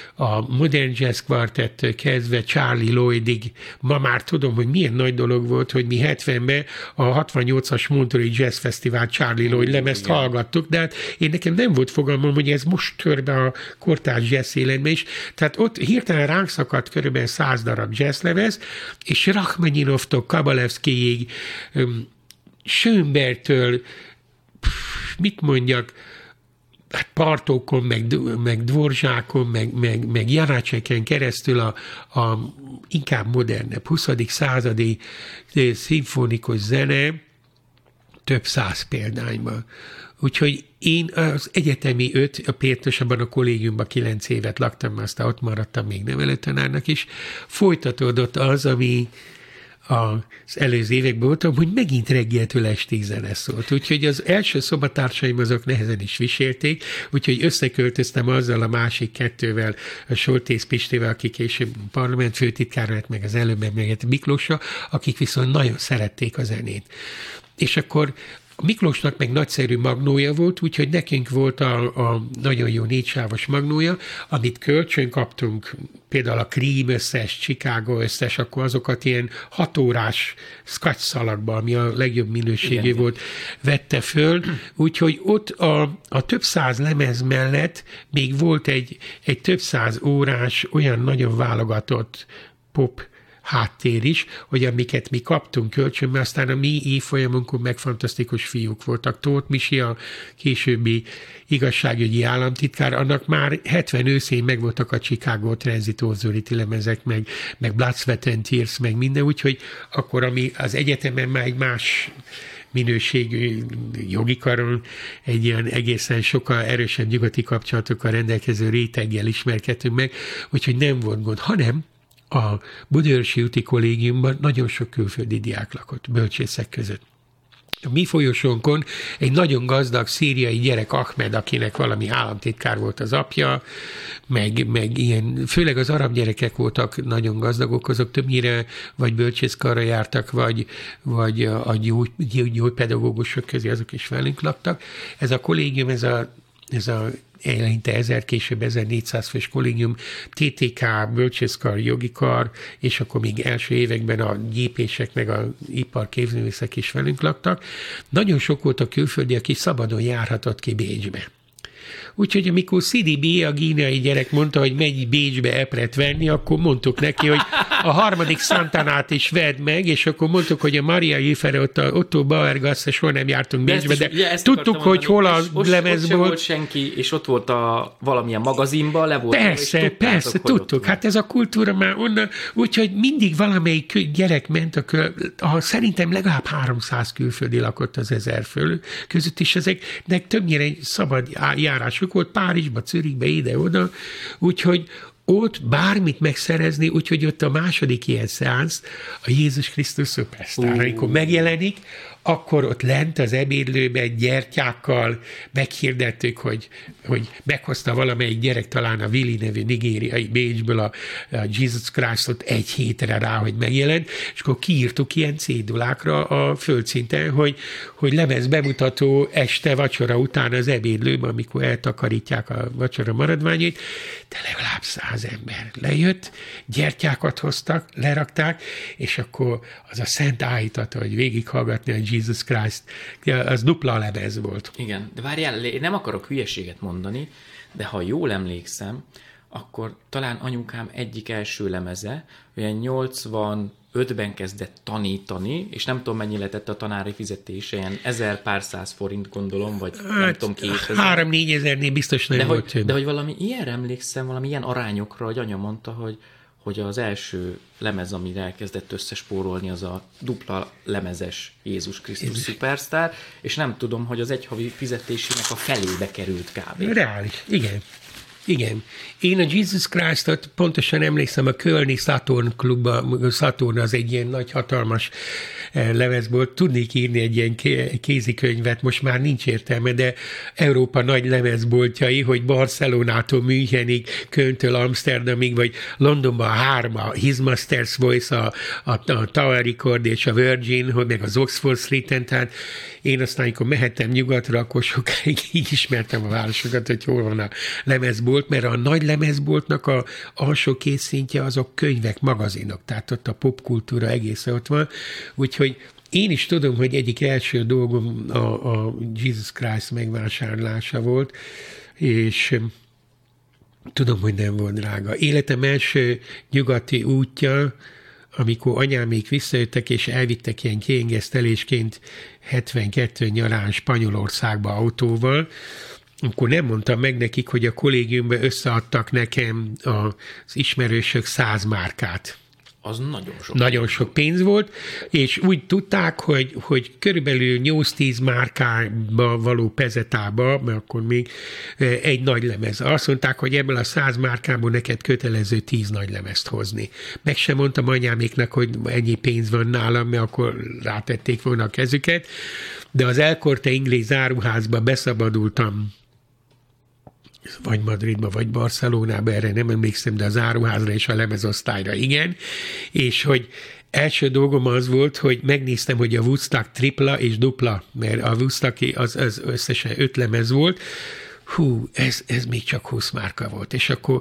a modern jazz kvartettől kezdve Charlie Lloydig. Ma már tudom, hogy milyen nagy dolog volt, hogy mi hetvenben a hatvannyolcas Monterey Jazz Fesztivál Charlie Lloyd lemezt igen. hallgattuk, de hát én nekem nem volt fogalmam, hogy ez most tör be a kortárs jazz életbe is. Tehát ott hirtelen ránk szakadt körülbelül száz darab jazzlemez, és Rachmaninovtól Kabalevszkijig, Schönbergtől, mit mondjak, hát Partókon, meg, meg Dvorzsákon, meg, meg, meg Janácseken keresztül a, a inkább modernebb, huszadik századi szimfonikus zene több száz példányban. Úgyhogy én az egyetemi öt, a pontosabban a kollégiumban kilenc évet laktam, aztán ott maradtam még nevelőtanárnak is, folytatódott az, ami az előző években voltam, hogy megint reggeltől estig zene szólt. Úgyhogy az első szobatársaim azok nehezen is viselték, úgyhogy összeköltöztem azzal a másik kettővel, a Soltész Pistével, aki később parlament főtitkár lett, meg az előbb emlegetett Miklósa, akik viszont nagyon szerették a zenét. És akkor Miklósnak meg nagyszerű magnója volt, úgyhogy nekünk volt a, a nagyon jó négysávos magnója, amit kölcsön kaptunk, például a Cream összes, Chicago összes, akkor azokat ilyen hatórás scotch szalagban, ami a legjobb minőségű igen, volt, vette föl, úgyhogy ott a, a több száz lemez mellett még volt egy, egy több száz órás, olyan nagyon válogatott pop háttér is, hogy amiket mi kaptunk kölcsön, mert aztán a mi évfolyamunkon meg fantasztikus fiúk voltak. Tóth Misi, a későbbi igazságügyi államtitkár, annak már hetven őszén megvoltak a Chicago Transit Authority lemezek, meg, meg Blood, Sweat and Tears, meg minden, úgyhogy akkor, ami az egyetemen már egy más minőségű jogi karon egy ilyen egészen sokkal erősebb nyugati kapcsolatokkal rendelkező réteggel ismerkedtünk meg, úgyhogy nem volt gond, hanem a Budaörsi úti kollégiumban nagyon sok külföldi diák lakott, bölcsészek között. A mi folyosónkon egy nagyon gazdag szíriai gyerek, Ahmed, akinek valami államtitkár volt az apja, meg, meg ilyen, főleg az arab gyerekek voltak nagyon gazdagok, azok többnyire vagy bölcsészkarra jártak, vagy, vagy a gyógy, gyógypedagógusok közé, azok is velünk laktak. Ez a kollégium, ez a, ez a eleinte ezer, később ezernégyszáz fős kollégium, té té ká, bölcsészkar, jogi kar, és akkor még első években a gépések, meg a iparképzőművészek is velünk laktak. Nagyon sok volt a külföldi, aki szabadon járhatott ki Bécsbe. Úgyhogy amikor cé dé bé, a gíneai gyerek mondta, hogy megy Bécsbe epret venni, akkor mondtuk neki, hogy a harmadik Santanát is vedd meg, és akkor mondtuk, hogy a Maria Jüfere, ott a Otto Bauergasse, soha nem jártunk Bécsbe, de ugye, tudtuk, hogy hol a lemez volt. Ott volt senki, és ott volt a valamilyen magazinban, le volt. Persze, persze, tudtuk. Hát ez a kultúra már onnan, úgyhogy mindig valamelyik gyerek ment, a kül, a, szerintem legalább háromszáz külföldi lakott az ezer föl között is, ezeknek többnyire szabad járásuk volt Párizsba, Zürichbe, ide-oda, úgyhogy ott bármit megszerezni, úgyhogy ott a második ilyen szeánsz, a Jézus Krisztus Szupersztár, amikor megjelenik, akkor ott lent az ebédlőben gyertyákkal meghirdettük, hogy, hogy meghozta valamelyik gyerek, talán a Willy nevű nigériai Bécsből a, a Jesus Christot egy hétre rá, hogy megjelent, és akkor kiírtuk ilyen cédulákra a földszinten, hogy, hogy lemez bemutató este vacsora után az ebédlőben, amikor eltakarítják a vacsora maradványait, de legalább száz ember lejött, gyertyákat hoztak, lerakták, és akkor az a szent állítata, hogy végighallgatni a Jesus Christ, az dupla lemez volt. Igen, de várjál, én nem akarok hülyeséget mondani, de ha jól emlékszem, akkor talán anyukám egyik első lemeze, olyan nyolcvanötben kezdett tanítani, és nem tudom, mennyi lett a tanári fizetése, ilyen ezer pár száz forint gondolom, vagy hát, nem tudom, kétezer. Három-négy ezernél biztos nem de volt. Hogy, de hogy valami ilyenre emlékszem, valami ilyen arányokra, hogy anya mondta, hogy hogy az első lemez, amire elkezdett összespórolni, az a dupla lemezes Jézus Krisztus Szupersztár, és nem tudom, hogy az egyhavi fizetésének a felébe került kb. Reális, igen. Igen. Én a Jesus Christ-ot pontosan emlékszem, a Kölni Saturn klubban, Saturn az egy ilyen nagy, hatalmas lemezból. Tudnék írni egy ilyen kézikönyvet, most már nincs értelme, de Európa nagy lemezboltjai, hogy Barcelonától Münchenig, Kölntől Amsterdamig, vagy Londonban a három, a His Master's Voice, a, a, a Tower Record és a Virgin, hogy meg az Oxford Street-en, tehát én aztán, amikor mehettem nyugatra, akkor sokáig így ismertem a városokat, hogy hol van a lemezbolt, mert a nagy lemezboltnak a alsó két szintje azok könyvek, magazinok, tehát ott a popkultúra egész ott van, úgyhogy én is tudom, hogy egyik első dolgom a, a Jesus Christ megvásárlása volt, és tudom, hogy nem volt drága. Életem első nyugati útja, amikor anyámék visszajöttek, és elvittek ilyen kiengesztelésként hetvenkettő nyarán Spanyolországba autóval, akkor nem mondtam meg nekik, hogy a kollégiumban összeadtak nekem az ismerősök száz márkát. Az nagyon sok. Nagyon sok pénz volt, és úgy tudták, hogy, hogy körülbelül nyolc-tíz márkába való pezetába, mert akkor még egy nagy lemez. Azt mondták, hogy ebből a száz márkából neked kötelező tíz nagy lemezt hozni. Meg sem mondtam anyáméknak, hogy ennyi pénz van nálam, mert akkor rátették volna a kezüket, de az El Corte Inglés áruházba beszabadultam, vagy Madridba, vagy Barcelonába, erre nem emlékszem, de az áruházra és a lemezosztályra igen, és hogy első dolgom az volt, hogy megnéztem, hogy a Woodstock tripla és dupla, mert a Woodstock az, az összesen öt lemez volt, hú, ez, ez még csak húsz márka volt, és akkor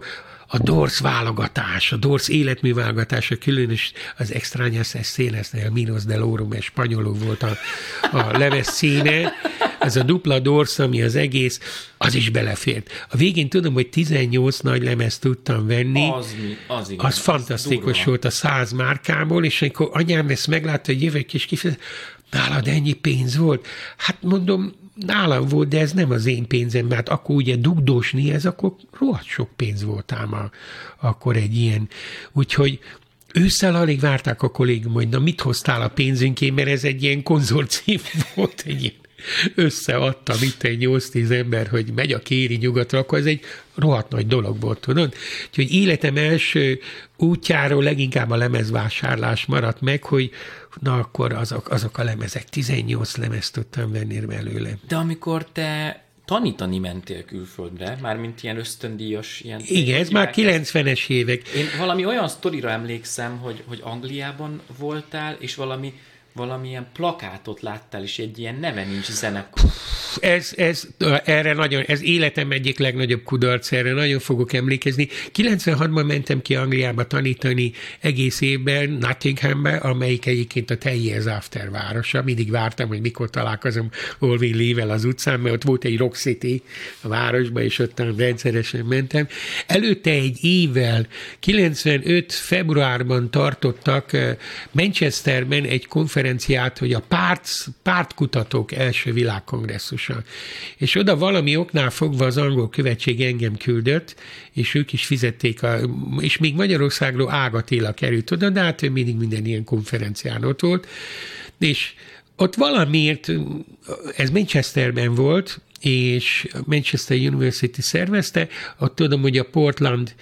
a Doors válogatás, a Doors életműválogatása, különös az Extrañas Escenas-nél, Minos del Oro, mert spanyolul volt a, a lemez címe, ez a dupla Doors, ami az egész, az is belefért. A végén tudom, hogy tizennyolc nagy lemezt tudtam venni. Az, mi, az, igen, az fantasztikus az volt a száz márkából, és amikor anyám ezt meglátta, hogy jövök és kifejezett, nálad ennyi pénz volt? Hát mondom, nálam volt, de ez nem az én pénzem, mert akkor ugye dugdósni, ez akkor rohadt sok pénz volt ám a, akkor egy ilyen. Úgyhogy ősszel alig várták a kollégum, hogy na mit hoztál a pénzünkén, mert ez egy ilyen konzorcium volt, egy ilyen összeadta itt egy nyolc-tíz ember, hogy megy a kéri nyugatra, akkor ez egy rohadt nagy dolog volt, tudod? Úgyhogy életem első útjáról leginkább a lemezvásárlás maradt meg, hogy na akkor azok, azok a lemezek, tizennyolc lemezt tudtam venni belőle. De amikor te tanítani mentél külföldre, mármint ilyen ösztöndíjas... Ilyen igen, ez már kilencvenes évek. Én valami olyan sztorira emlékszem, hogy, hogy Angliában voltál, és valami valamilyen plakátot láttál, és egy ilyen neve nincs zenekar. Ez, ez, erre nagyon, ez életem egyik legnagyobb kudarc, erre nagyon fogok emlékezni. kilencvenhatban mentem ki Angliába tanítani egész évben, Nottinghambe, amelyik egyébként a Ten Years After városa. Mindig vártam, hogy mikor találkozom Alvin Lee-vel az utcán, mert ott volt egy Rock City a városban, és ott rendszeresen mentem. Előtte egy évvel, kilencvenöt februárban tartottak Manchesterben egy konferenciát, hogy a párt, pártkutatók első világkongresszusa. És oda valami oknál fogva az angol követség engem küldött, és ők is fizették, a, és még Magyarországról Ág Attila került oda, de hát ő mindig minden ilyen konferencián ott volt. És ott valamiért, ez Manchesterben volt, és Manchester University szervezte, ott tudom, hogy a Portland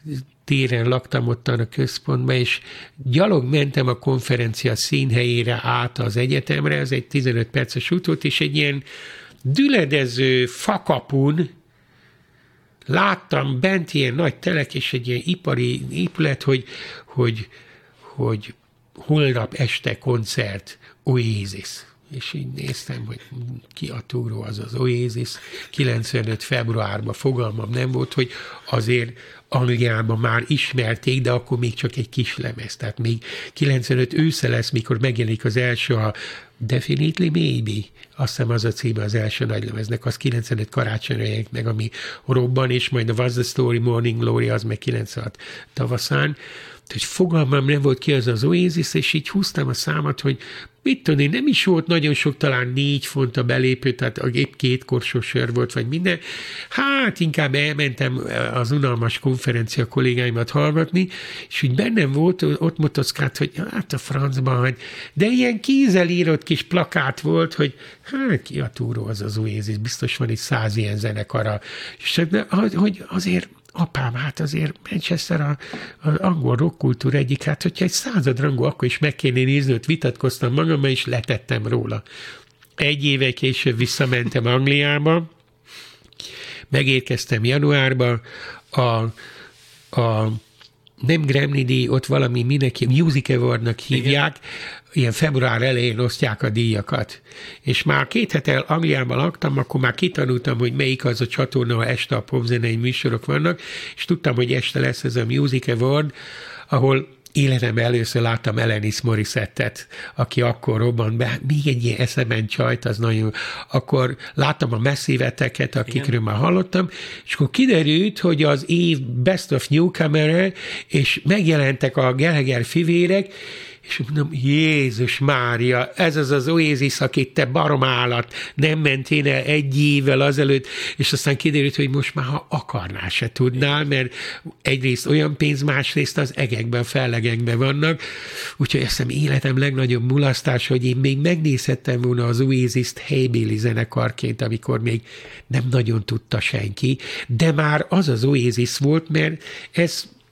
téren laktam ottan a központban, és gyalog mentem a konferencia színhelyére át az egyetemre, ez egy tizenöt perces út volt, és egy ilyen düledező fakapun láttam bent ilyen nagy telek, és egy ilyen ipari épület, hogy, hogy, hogy holnap este koncert, Oasis. És így néztem, hogy ki a túró az az Oasis. kilencvenöt februárban fogalmam nem volt, hogy azért Angliában már ismerték, de akkor még csak egy kis lemez. Tehát még kilencvenöt ősze lesz, mikor megjelenik az első, a Definitely Maybe. Azt hiszem az a címe az első nagylemeznek, az kilencvenöt karácsonyra jelent meg, ami robban, és majd a What's the Story, Morning Glory, az meg kilencvenhat tavaszán. hogy fogalmam nem volt ki az az Oasis, és így húztam a számat, hogy mit tudom én, nem is volt nagyon sok, talán négy font a belépő, tehát épp két korsó sör volt, vagy minden. Hát inkább elmentem az unalmas konferencia kollégáimat hallgatni, és úgy bennem volt, ott motoszkált, hogy hát a francban, hogy de ilyen kézzel írott kis plakát volt, hogy hát ki a túró az az Oasis, biztos van itt száz ilyen zenekara, és hogy azért apám, hát azért Manchester a, az angol rockkultúra egyik, hát hogyha egy századrangú, akkor is meg kéne nézni, hogy vitatkoztam magammal, és letettem róla. Egy éve később visszamentem Angliába, megérkeztem januárba, a, a nem Grammy-díj, ott valami mindenki, Music Awardnak hívják, igen. Ilyen február elején osztják a díjakat. És már két hete Angliában laktam, akkor már kitanultam, hogy melyik az a csatorna, ahol este a popzenei műsorok vannak, és tudtam, hogy este lesz ez a Music Award, ahol életemben először láttam Alanis Morissette-et, aki akkor robbant be, még egy ilyen eszemben csajt, az nagyon, akkor láttam a Massive-eteket, akikről már hallottam, és akkor kiderült, hogy az év Best of Newcomer, és megjelentek a Gallagher fivérek, és mondom, Jézus Mária, ez az az Oasis, akit te baromállat, nem mentél el egy évvel azelőtt, és aztán kiderült, hogy most már, ha akarnál, se tudnál, mert egyrészt olyan pénz, másrészt az egekben, fellegekben vannak, úgyhogy azt hiszem életem legnagyobb mulasztás, hogy én még megnézhettem volna az Oasis-t helybéli zenekarként, amikor még nem nagyon tudta senki, de már az az Oasis volt, mert ez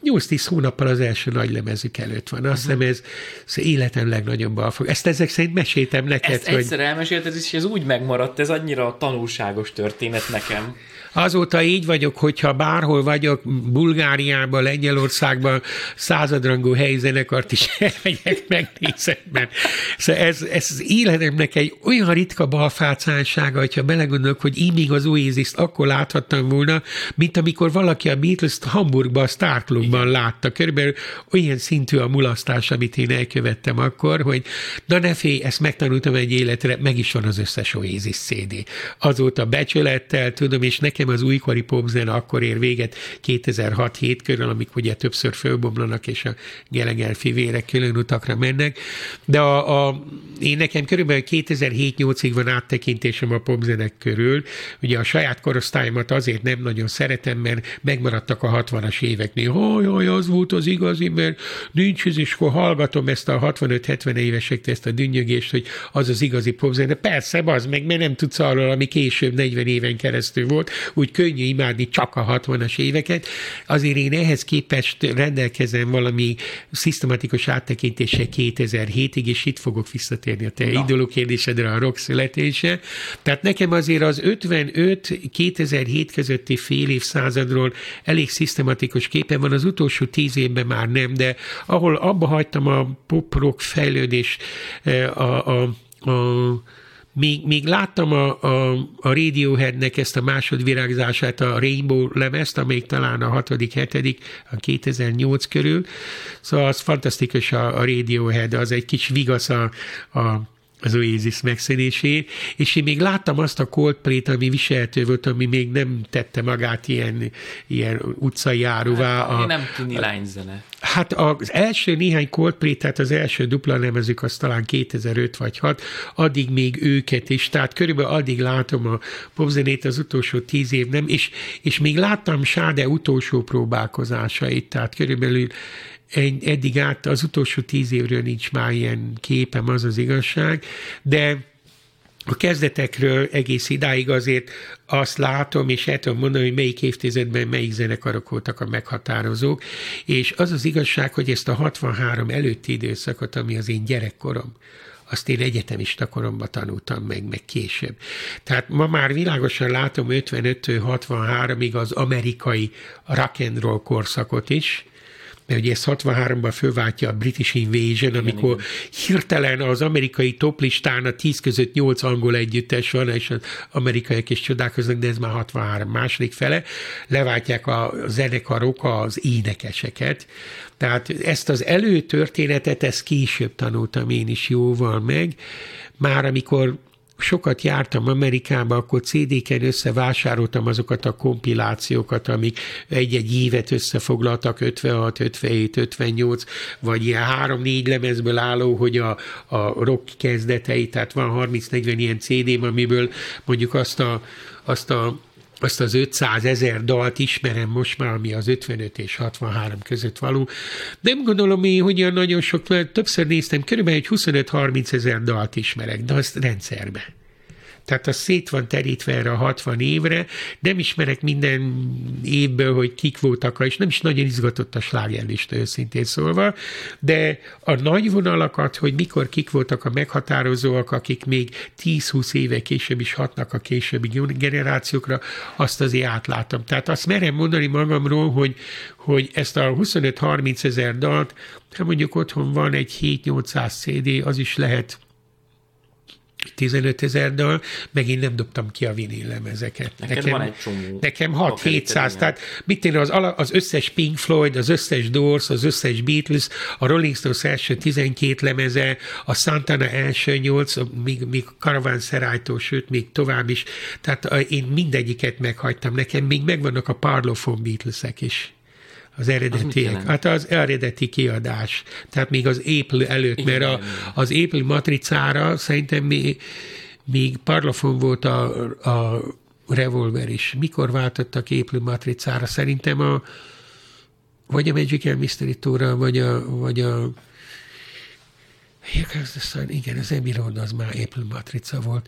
nyolc-tíz hónappal az első nagy lemezük előtt van. Azt hiszem, ez az életem legnagyobb balfog. Ezt ezek szerint meséltem neked, Ezt hogy... egyszer elmesélted, és ez úgy megmaradt, ez annyira tanulságos történet nekem. Azóta így vagyok, hogyha bárhol vagyok, Bulgáriában, Lengyelországban századrangú helyi zenekart is elmegyek, megnézem, mert szóval ez, ez az életemnek egy olyan ritka balfácánsága, hogyha belegondolok, hogy így még az Oasis-t akkor láthattam volna, mint amikor valaki a Beatles-t Hamburgban, a Star Clubban látta. Körülbelül olyan szintű a mulasztás, amit én elkövettem akkor, hogy na ne félj, ezt megtanultam egy életre, meg is van az összes Oasis cé dé. Azóta becsülettel, tudom, és nekem az újkori popzene akkor ér véget kétezer-hat-hét körül, amik ugye többször fölbomlanak, és a Gallagher fivérek külön utakra mennek, de a, a, én nekem körülbelül kétezer-hét-nyolcig van áttekintésem a popzenek körül. Ugye a saját korosztályomat azért nem nagyon szeretem, mert megmaradtak a hatvanas éveknél. Hajaj, az volt az igazi, mert nincs ez, és akkor hallgatom ezt a hatvanöt-hetven évesektől ezt a dünnyögést, hogy az az igazi popzene. Persze, az meg, mert nem tudsz arról, ami később negyven éven keresztül volt, úgy könnyű imádni csak a hatvanas éveket. Azért én ehhez képest rendelkezem valami szisztematikus áttekintése kétezer-hétig, és itt fogok visszatérni a te idoló kérdésedre, a rock születése. Tehát nekem azért az ötvenöt-kétezer-hét közötti fél évszázadról elég szisztematikus képe van, az utolsó tíz évben már nem, de ahol abba hagytam a pop-rock fejlődés, a, a, a Még, még láttam a, a, a Radioheadnek ezt a másodvirágzását, a Rainbow lemezt, amelyik talán a hatodik, hetedik, a kétezer-nyolc körül. Szóval az fantasztikus a, a Radiohead, az egy kis vigasz a, a az Oasis megszedésé, és én még láttam azt a Coldplay-t, ami viselhető volt, ami még nem tette magát ilyen, ilyen utcai járuvá. Hát, a, nem tűni lányzene. Hát az első néhány Coldplay, tehát az első dupla lemezük, az talán kétezer-öt vagy hat, addig még őket is, tehát körülbelül addig látom a popzenét, az utolsó tíz év nem, és, és még láttam Sade utolsó próbálkozásait, tehát körülbelül eddig át az utolsó tíz évről nincs már ilyen képem, az az igazság, de a kezdetekről egész idáig azért azt látom, és el tudom mondani, hogy melyik évtizedben melyik zenekarok voltak a meghatározók, és az az igazság, hogy ezt a hatvanhárom előtti időszakot, ami az én gyerekkorom, azt én egyetemista koromban tanultam meg, meg később. Tehát ma már világosan látom ötvenöttől hatvanháromig az amerikai rock and roll korszakot is, mert ugye ez hatvanháromban fölváltja a British Invasion, igen, amikor igen. hirtelen az amerikai toplistán a tíz között nyolc angol együttes van, és az amerikaiak is csodálkoznak, de ez már hatvanhárom második fele, leváltják a zenekarok az énekeseket. Tehát ezt az előtörténetet, ezt később tanultam én is jóval meg, már amikor sokat jártam Amerikába, akkor cé dé-ken összevásároltam azokat a kompilációkat, amik egy-egy évet összefoglaltak, ötvenhat, ötvenhét, ötvennyolc, vagy ilyen három-négy lemezből álló, hogy a, a rock kezdetei, tehát van harminc-negyven ilyen cé dém, amiből mondjuk azt a, azt a azt az ötszázezer dalt ismerem most már, ami az ötvenöt és hatvanhárom között való. Nem gondolom én, hogy olyan nagyon sok, mert többször néztem, körülbelül egy huszonöt-harminc ezer dalt ismerek, de azt rendszerbe. Tehát az szét van terítve erre a hatvan évre, nem ismerek minden évből, hogy kik voltak, és nem is nagyon izgatott a slágerlista, őszintén szólva, de a nagy vonalakat, hogy mikor kik voltak a meghatározóak, akik még tíz-húsz éve később is hatnak a későbbi generációkra, azt azért átlátom. Tehát azt merem mondani magamról, hogy, hogy ezt a huszonöt-harminc ezer dalt, ha mondjuk otthon van egy hét-nyolcszáz cé dé, az is lehet tizenöt ezer dal, meg én nem dobtam ki a vinillemezeket. Neked nekem, van egy csomó. Nekem hat-hétszáz, tehát mit én az, az összes Pink Floyd, az összes Doors, az összes Beatles, a Rolling Stones első tizenkét lemeze, a Santana első nyolc, még, még Caravan Serájtól, sőt, még tovább is. Tehát én mindegyiket meghagytam. Nekem még megvannak a Parlophone Beatlesek is. Az eredetiek. Az hát az eredeti kiadás. Tehát még az Apple előtt, igen, mert a, az Apple matricára szerintem még, még Parlophone volt a, a Revolver is. Mikor váltottak Apple matricára? Szerintem a vagy a Magical Mystery Tour-ra, vagy a, vagy a igen, az Abbey Road az már Apple matrica volt.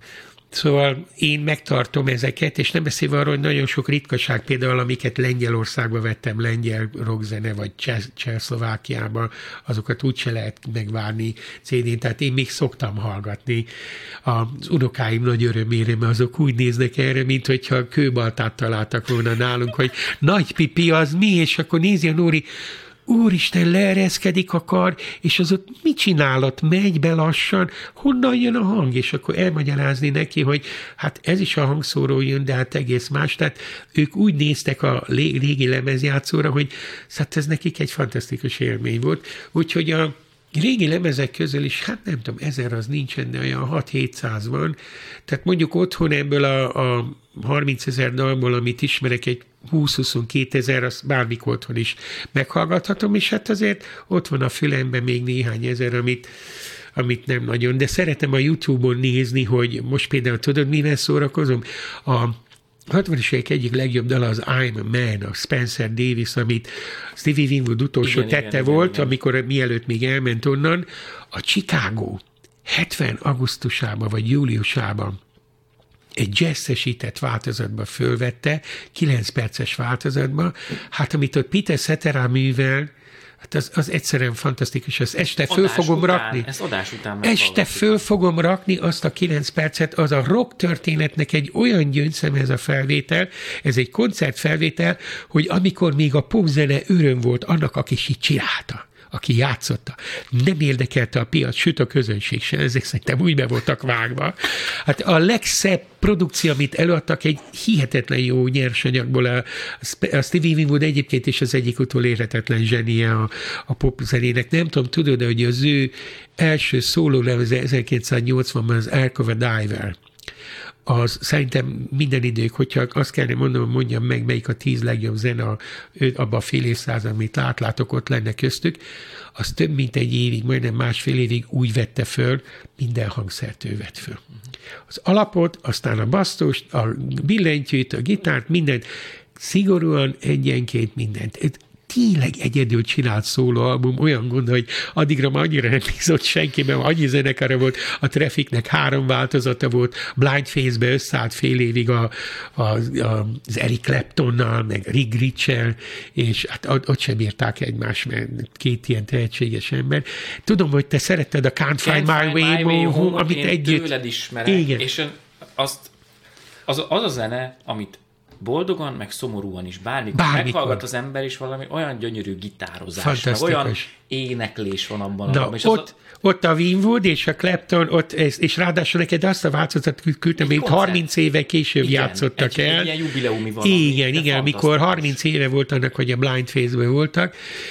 Szóval én megtartom ezeket, és nem beszélve arról, hogy nagyon sok ritkaság, például amiket Lengyelországba vettem, lengyel rockzene, vagy Csehszlovákiában, azokat úgyse lehet megvárni cé dén, tehát én még szoktam hallgatni. Az unokáim nagy örömére, mert azok úgy néznek erre, mint hogyha kőbaltát találtak volna nálunk, hogy nagy pipi az mi, és akkor nézi a Nóri, úristen, leereszkedik a kar, és az ott mit csinálott? Megy be lassan, honnan jön a hang? És akkor elmagyarázni neki, hogy hát ez is a hangszóró jön, de hát egész más. Tehát ők úgy néztek a régi lemezjátszóra, hogy hát ez nekik egy fantasztikus élmény volt. Úgyhogy a régi lemezek közül is, hát nem tudom, ezer az nincsen, de olyan hat-hétszáz van. Tehát mondjuk otthon ebből a, a harmincezer dalból, amit ismerek, egy húsz-huszonkettő ezer, azt bármikor otthon is meghallgathatom, és hát azért ott van a fülemben még néhány ezer, amit, amit nem nagyon. De szeretem a YouTube-on nézni, hogy most például tudod, mivel szórakozom? A hatvanas évek egyik legjobb dala az I'm a Man, a Spencer Davis, amit Stevie Winwood utolsó igen, tette igen, volt, igen, amikor igen. mielőtt még elment onnan. A Chicago hetven augusztusában vagy júliusában egy jazzesített változatba fölvette, kilenc perces változatba, hát amit ott Peter Cetera művel, hát az, az egyszerűen fantasztikus, ezt este adás föl fogom után, rakni. Ezt adás után este föl fogom rakni azt a kilenc percet, az a rock történetnek egy olyan gyöngyszem ez a felvétel, ez egy koncertfelvétel, hogy amikor még a popzene öröm volt annak, aki így csinálta, aki játszotta. Nem érdekelte a piac, sőt a közönség se, ezek szerintem úgy be voltak vágva. Hát a legszebb produkció, amit előadtak, egy hihetetlen jó nyersanyagból. A, a Stevie Winwood egyébként is az egyik utolérhetetlen zsenie a, a popzenének. Nem tudom, tudod, hogy az ő első szóló lemeze ezerkilencszáznyolcvanban az Ark of a Diver. Az szerintem minden idők, hogyha azt kellene mondanom, mondjam meg, melyik a tíz legjobb zene abban a fél évszázad, amit látlátok, ott lenne köztük, az több mint egy évig, majdnem másfél évig úgy vette föl, minden hangszert ő vett föl. Az alapot, aztán a basszust, a billentyűt, a gitárt, mindent, szigorúan egyenként mindent. Tényleg egyedül csinált szólóalbum, olyan gond, hogy addigra már annyira nem bízott senkiben, annyi zenekara volt, a Trafficnek három változata volt, Blind Faith-be összeállt fél évig a, a, a, az Eric Claptonnal, meg Rick Ritchell, és hát ott sem írták egymást, mert két ilyen tehetséges ember. Tudom, hogy te szeretted a Can't Find My Way, my way home, amit együtt... tőled ismerek, igen. És azt, az, az a zene, amit boldogan, meg szomorúan is, bármikor, bármikor meghallgat az ember is valami olyan gyönyörű gitározás, meg olyan éneklés van abban. Na, abban, és ott, az ott a Winwood és a Clapton, ott, és ráadásul neked azt a változatot küldtem, amit harminc éve később igen, játszottak egy, el. Egy ilyen jubileumi valami. Igen, igen, mikor harminc éve volt annak, hogy a Blind Faith-ben voltak.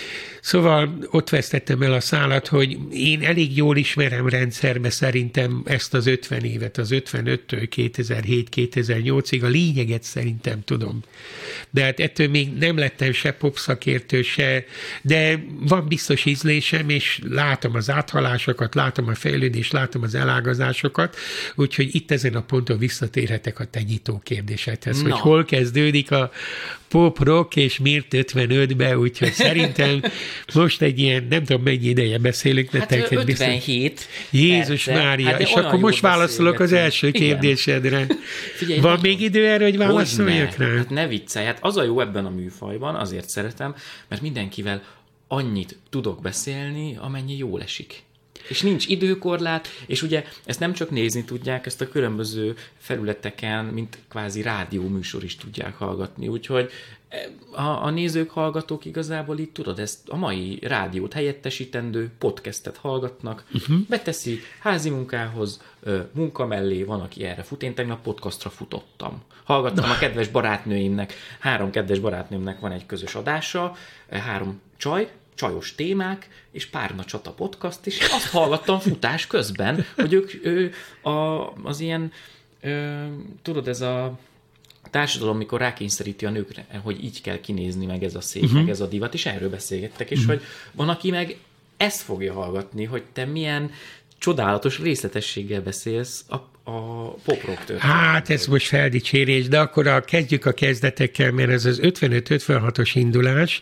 Szóval ott vesztettem el a szálat, hogy én elég jól ismerem rendszerbe szerintem ezt az ötven évet, az ötvenöttől kétezer-hét kétezer-nyolcig, a lényeget szerintem tudom. De hát ettől még nem lettem se popszakértő, se, de van biztos ízlésem, és látom az áthalásokat, látom a fejlődést, látom az elágazásokat, úgyhogy itt ezen a ponton visszatérhetek a te nyitó kérdésedhez, no. hogy hol kezdődik a pop rock, és miért ötvenötbe, úgyhogy szerintem most egy ilyen, nem tudom mennyi ideje beszélünk. Hát ötvenhét. Jézus perce. Mária, hát és akkor most válaszolok az első igen. kérdésedre. Figyelj, van még idő erre, hogy válaszoljak rá? Hát ne viccelj, hát az a jó ebben a műfajban, azért szeretem, mert mindenkivel annyit tudok beszélni, amennyi jól esik. És nincs időkorlát, és ugye ezt nem csak nézni tudják, ezt a különböző felületeken, mint kvázi rádióműsor is tudják hallgatni. Úgyhogy a, a nézők, hallgatók igazából itt tudod, ezt a mai rádiót helyettesítendő podcastet hallgatnak, uh-huh. beteszi házi munkához, munka mellé, van, aki erre fut. Én tegnap podcastra futottam. Hallgattam a kedves barátnőimnek, három kedves barátnőimnek van egy közös adása, három csaj, csajos témák, és Párna Csata podcast is. Azt hallgattam futás közben, hogy ők ő, a, az ilyen, ö, tudod, ez a társadalom, mikor rákényszeríti a nőkre, hogy így kell kinézni, meg ez a szép, uh-huh. meg ez a divat, és erről beszélgettek, és uh-huh. hogy van, aki meg ezt fogja hallgatni, hogy te milyen csodálatos részletességgel beszélsz a, a pop-rock történet. Hát ez most feldicsérés, de akkor a, kezdjük a kezdetekkel, mert ez az ötvenöt-ötvenhatos indulás,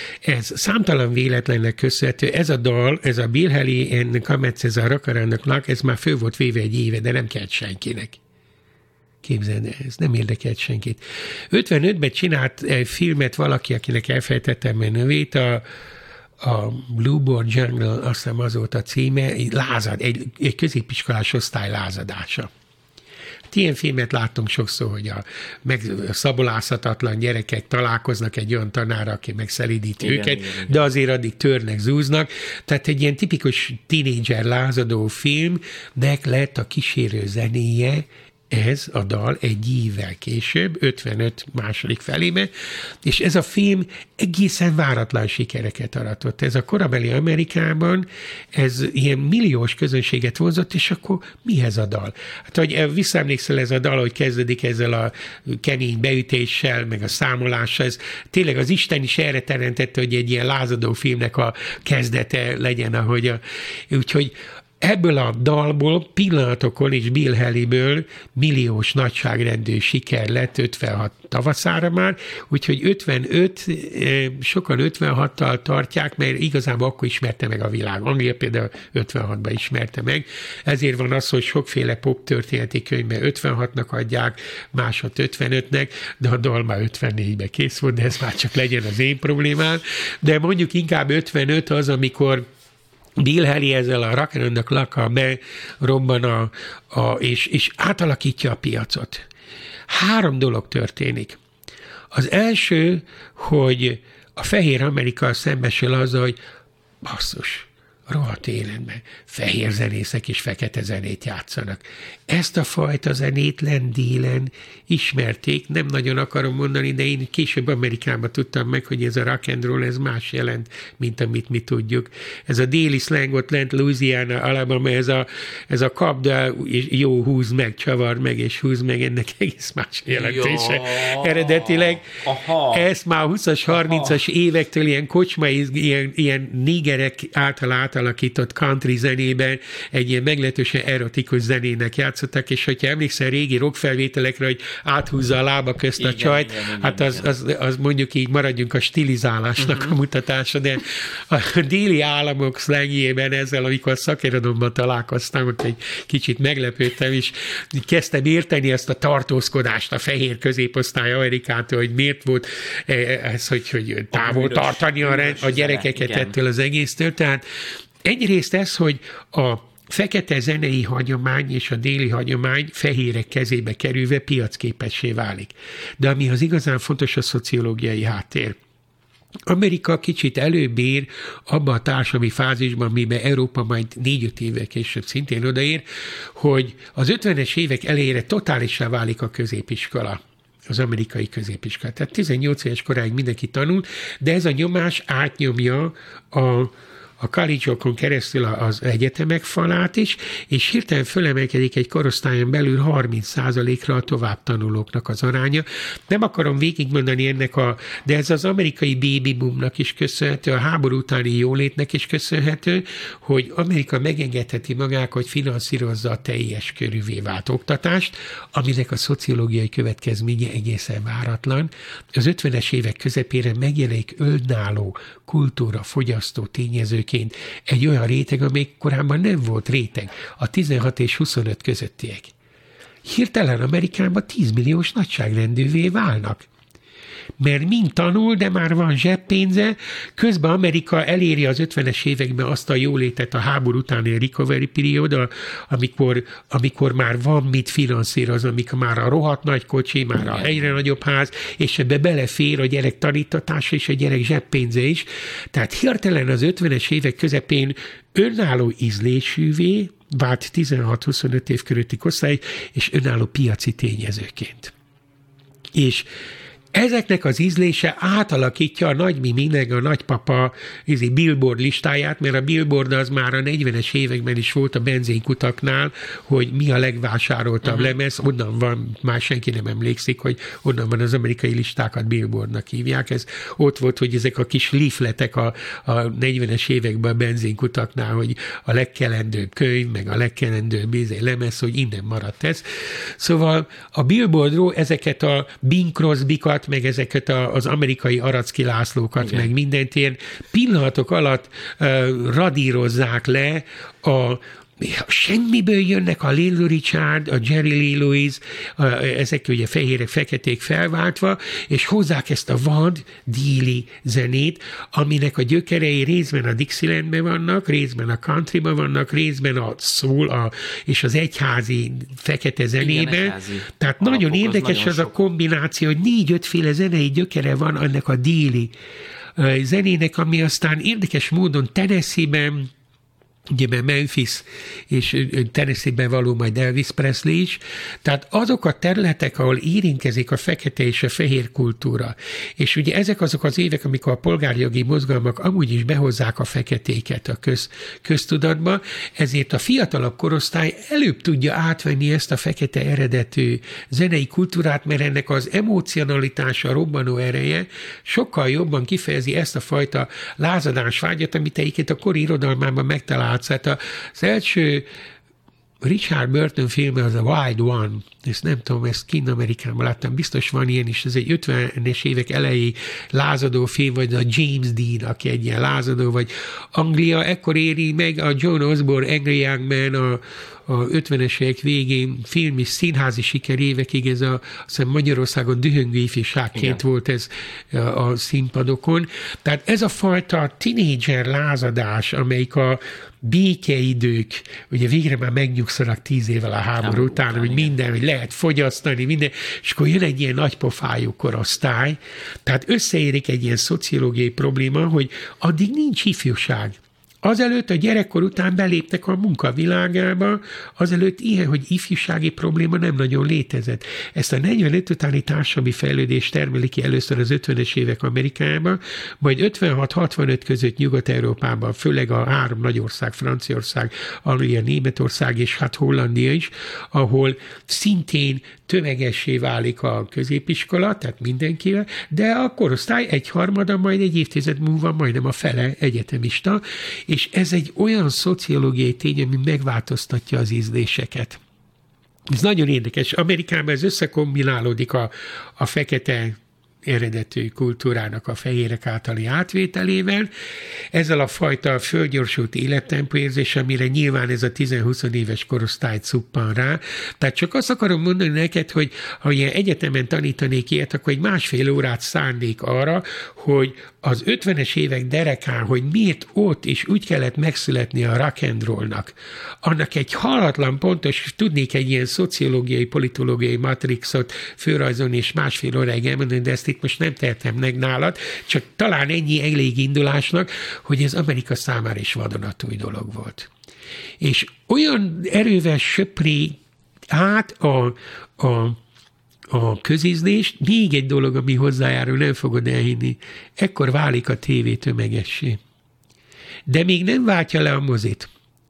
ez számtalan véletlennek köszönhető. Ez a dal, ez a Bill Haley and Comets, ez a Rakarannak, ez már föl volt véve egy éve, de nem kelt senkinek. Képzeld, ez nem érdekelt senkit. ötvenötben csinált egy filmet valaki, akinek elfelejtettem a nevét, a, a Blueboard Jungle, azt hiszem az volt a címe, egy lázad, egy, egy középiskolás osztály lázadása. Ilyen filmet láttunk sokszor, hogy a szabolázhatatlan gyerekek találkoznak egy olyan tanárral, aki megszelídíti igen, őket, igen, igen. de azért addig törnek, zúznak. Tehát egy ilyen tipikus tínédzser lázadó film, de lett a kísérő zenéje, ez a dal egy évvel később, ötvenöt második felébe, és ez a film egészen váratlan sikereket aratott. Ez a korabeli Amerikában, ez ilyen milliós közönséget vonzott, és akkor mi ez a dal? Hát, hogy visszaemlékszel, ez a dal, hogy kezdődik ezzel a kemény beütéssel, meg a számolással, ez tényleg az Isten is erre teremtette, hogy egy ilyen lázadó filmnek a kezdete legyen, ahogy a... Úgyhogy ebből a dalból pillanatokon és Bill Haley-ből milliós nagyságrendű siker lett ötvenhat tavaszára már, úgyhogy ötvenöt, sokan ötvenhattal tartják, mert igazából akkor ismerte meg a világ. Anglia például ötvenhatban ismerte meg. Ezért van az, hogy sokféle pop történeti könyvben ötvenhatnak adják, másod ötvenötnek, de a dal már ötvennégyben kész volt, de ez már csak legyen az én problémám. De mondjuk inkább ötvenöt az, amikor Bill Haley ezzel a Rock and Roll-kal berobban a, a, és, és átalakítja a piacot. Három dolog történik. Az első, hogy a Fehér Amerika szembesül azzal, hogy basszus, rohadt életben fehér zenészek és fekete zenét játszanak. Ezt a fajta zenét lendílen ismerték, nem nagyon akarom mondani, de én később Amerikában tudtam meg, hogy ez a rock and roll, ez más jelent, mint amit mi tudjuk. Ez a déli slangot lent Louisiana, Alabama, ez a, ez a kapda, és jó, húz meg, csavar meg, és húz meg, ennek egész más jelentése. Ja. Eredetileg aha. Ezt már húszas, harmincas aha. évektől ilyen kocsmai, ilyen, ilyen négerek által átalakított country zenében egy ilyen meglehetősen erotikus zenének játszottak, és hogyha emlékszel régi rockfelvételekre, hogy áthúzza a lába közt igen, a csajt, igen, igen, hát az, az, az mondjuk így maradjunk a stilizálásnak uh-huh. a mutatása, de a déli államok szlengjében ezzel, amikor szakirodalomban találkoztam, ott egy kicsit meglepődtem, és kezdtem érteni ezt a tartózkodást a fehér középosztály Amerikától, hogy miért volt ez, hogy, hogy távol a tartani a, rend, a gyerekeket igen. ettől az egésztől. Tehát egyrészt ez, hogy a fekete zenei hagyomány és a déli hagyomány fehérek kezébe kerülve piacképessé válik. De ami az igazán fontos, a szociológiai háttér. Amerika kicsit előbb ér abban a társadalmi fázisban, amiben Európa majd négy-öt évvel később szintén odaér, hogy az ötvenes évek elejére totálisan válik a középiskola. Az amerikai középiskola. Tehát tizennyolc éves koráig mindenki tanul, de ez a nyomás átnyomja a a college-okon keresztül az egyetemek falát is, és hirtelen fölemelkedik egy korosztályon belül harminc százalékra a továbbtanulóknak az aránya. Nem akarom végigmondani ennek a, de ez az amerikai baby boomnak is köszönhető, a háború utáni jólétnek is köszönhető, hogy Amerika megengedheti magának, hogy finanszírozza a teljes körűvé vált oktatást, aminek a szociológiai következménye egészen váratlan. Az ötvenes évek közepére megjelenik önálló kultúra, fogyasztó tényezőként egy olyan réteg, amely korábban nem volt réteg, a tizenhat és huszonöt közöttiek. Hirtelen Amerikában tíz milliós nagyságrendűvé válnak. Mert mind tanul, de már van zseppénze, közben Amerika eléri az ötvenes években azt a jólétet, a háború utáni recovery period, amikor, amikor már van mit finanszírozni, amikor már a rohadt nagy kocsi, már a egyre nagyobb ház, és ebbe belefér a gyerek tanítatása és a gyerek zseppénze is. Tehát hirtelen az ötvenes évek közepén önálló ízlésűvé vált tizenhat-huszonöt év körüli korosztály, és önálló piaci tényezőként. És ezeknek az ízlése átalakítja a nagymimi, meg a nagypapa Billboard listáját, mert a Billboard az már a negyvenes években is volt a benzinkutaknál, hogy mi a legvásároltabb uh-huh. lemez, onnan van, már senki nem emlékszik, hogy onnan van az amerikai listákat Billboardnak hívják. Ez ott volt, hogy ezek a kis leafletek a, a negyvenes években a benzinkutaknál, hogy a legkelendőbb könyv, meg a legkelendőbb lemez, hogy innen maradt ez. Szóval a Billboardról ezeket a Bing Crosbykat, meg ezeket az amerikai Aracki Lászlókat, igen. meg mindent ilyen pillanatok alatt uh, radírozzák le a semmiből jönnek a Little Richard, a Jerry Lee Lewis, a, ezek ugye fehérek, feketék felváltva, és hozzák ezt a vad, díli zenét, aminek a gyökerei részben a Dixielandben vannak, részben a countryban vannak, részben a soul a, és az egyházi fekete zenében. Igen, tehát nagyon érdekes az, az a kombináció, hogy négy-ötféle zenei gyökere van ennek a díli zenének, ami aztán érdekes módon Tennessee-ben, ugye Memphis és Tennessee-ben való majd Elvis Presley is. Tehát azok a területek, ahol érintkezik a fekete és a fehér kultúra. És ugye ezek azok az évek, amikor a polgárjogi mozgalmak amúgy is behozzák a feketéket a köz, köztudatba, ezért a fiatalabb korosztály előbb tudja átvenni ezt a fekete eredetű zenei kultúrát, mert ennek az emocionalitása, robbanó ereje sokkal jobban kifejezi ezt a fajta lázadás vágyat, amit egyébként a kori irodalmában megtalál. Hát az első Richard Burton filme az a Wild One, ezt nem tudom, ezt Kinn-Amerikában láttam, biztos van ilyen is, ez egy ötvenes évek elejé lázadó film, vagy a James Dean, aki egy ilyen lázadó, vagy Anglia, ekkor éri meg a John Osborne Angry Young Man a, a ötvenes évek végén film és színházi siker évekig, ez a, azt hiszem Magyarországon dühöngő ifjúságként igen. volt ez a, a színpadokon. Tehát ez a fajta tinédzser lázadás, amelyik a békeidők, ugye végre már megnyugszanak tíz évvel a háború után, után, hogy minden, hogy lehet fogyasztani, minden, és akkor jön egy ilyen nagypofájú korosztály, tehát összeérik egy ilyen szociológiai probléma, hogy addig nincs ifjúság. Azelőtt a gyerekkor után beléptek a munkavilágába, azelőtt ilyen, hogy ifjúsági probléma nem nagyon létezett. Ezt a negyvenöt utáni társadalmi fejlődést termeli ki először az ötvenes évek Amerikában, majd ötvenhat-hatvanöt között Nyugat-Európában, főleg a három nagy ország, Franciaország, Anglia, Németország és hát Hollandia is, ahol szintén tömegessé válik a középiskola, tehát mindenkivel, de a korosztály egyharmada, majd egy évtized múlva majdnem a fele egyetemista, és ez egy olyan szociológiai tény, ami megváltoztatja az ízléseket. Ez nagyon érdekes. Amerikában ez összekombinálódik a, a fekete eredetű kultúrának a fehérek általi átvételével, ezzel a fajta fölgyorsult élettempóérzés, amire nyilván ez a tíz-húsz éves korosztály cuppan rá. Tehát csak azt akarom mondani neked, hogy ha ilyen egyetemen tanítanék ilyet, akkor egy másfél órát szánnék arra, hogy az ötvenes évek derekán, hogy miért ott is úgy kellett megszületni a rock and rollnak. Annak egy halatlan pontos, tudnék egy ilyen szociológiai, politológiai matrixot fölrajzolni és másfél óráig elmondani, de ezt itt most nem tehetem meg nálad, csak talán ennyi elég indulásnak, hogy ez Amerika számára is vadonatúj dolog volt. És olyan erővel söpri át a, a a közízlést, még egy dolog, ami hozzájárul, nem fogod elhinni, ekkor válik a tévé tömegessé. De még nem váltja le a mozit.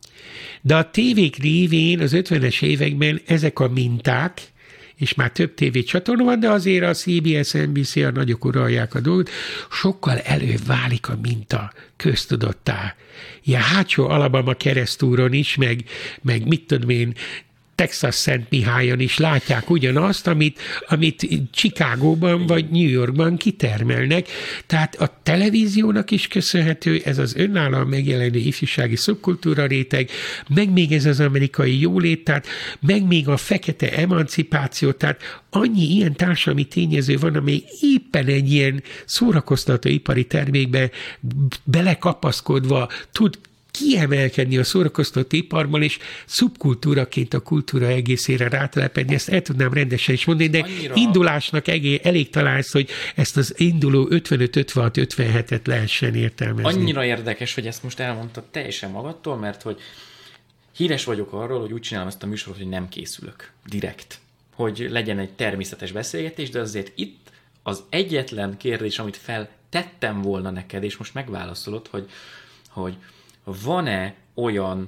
De a tévék révén az ötvenes években ezek a minták, és már több tévécsatorna van, de azért a cé bé es, en bé cé, a nagyok uralják a dolgot, sokkal előbb válik a minta köztudottá. Ilyen hátsó Alabama keresztúron is, meg, meg mit tudom én, Texas Szent Mihályon is látják ugyanazt, amit, amit Chicagóban vagy New Yorkban kitermelnek. Tehát a televíziónak is köszönhető ez az önállóan megjelenő ifjúsági szubkultúra réteg, meg még ez az amerikai jólét, tehát meg még a fekete emancipáció, tehát annyi ilyen társadalmi tényező van, amely éppen egy ilyen szórakoztató ipari termékbe belekapaszkodva tud kiemelkedni a szórakoztató iparban, és szubkultúraként a kultúra egészére rátelepedni, ezt el tudnám rendesen is mondani, de annyira... indulásnak elég, elég találsz, hogy ezt az induló ötvenöt ötvenhat ötvenhetet lehessen értelmezni. Annyira érdekes, hogy ezt most elmondtad teljesen magadtól, mert hogy híres vagyok arról, hogy úgy csinálom ezt a műsorot, hogy nem készülök direkt, hogy legyen egy természetes beszélgetés, de azért itt az egyetlen kérdés, amit feltettem volna neked, és most megválaszolod, hogy, hogy van-e olyan,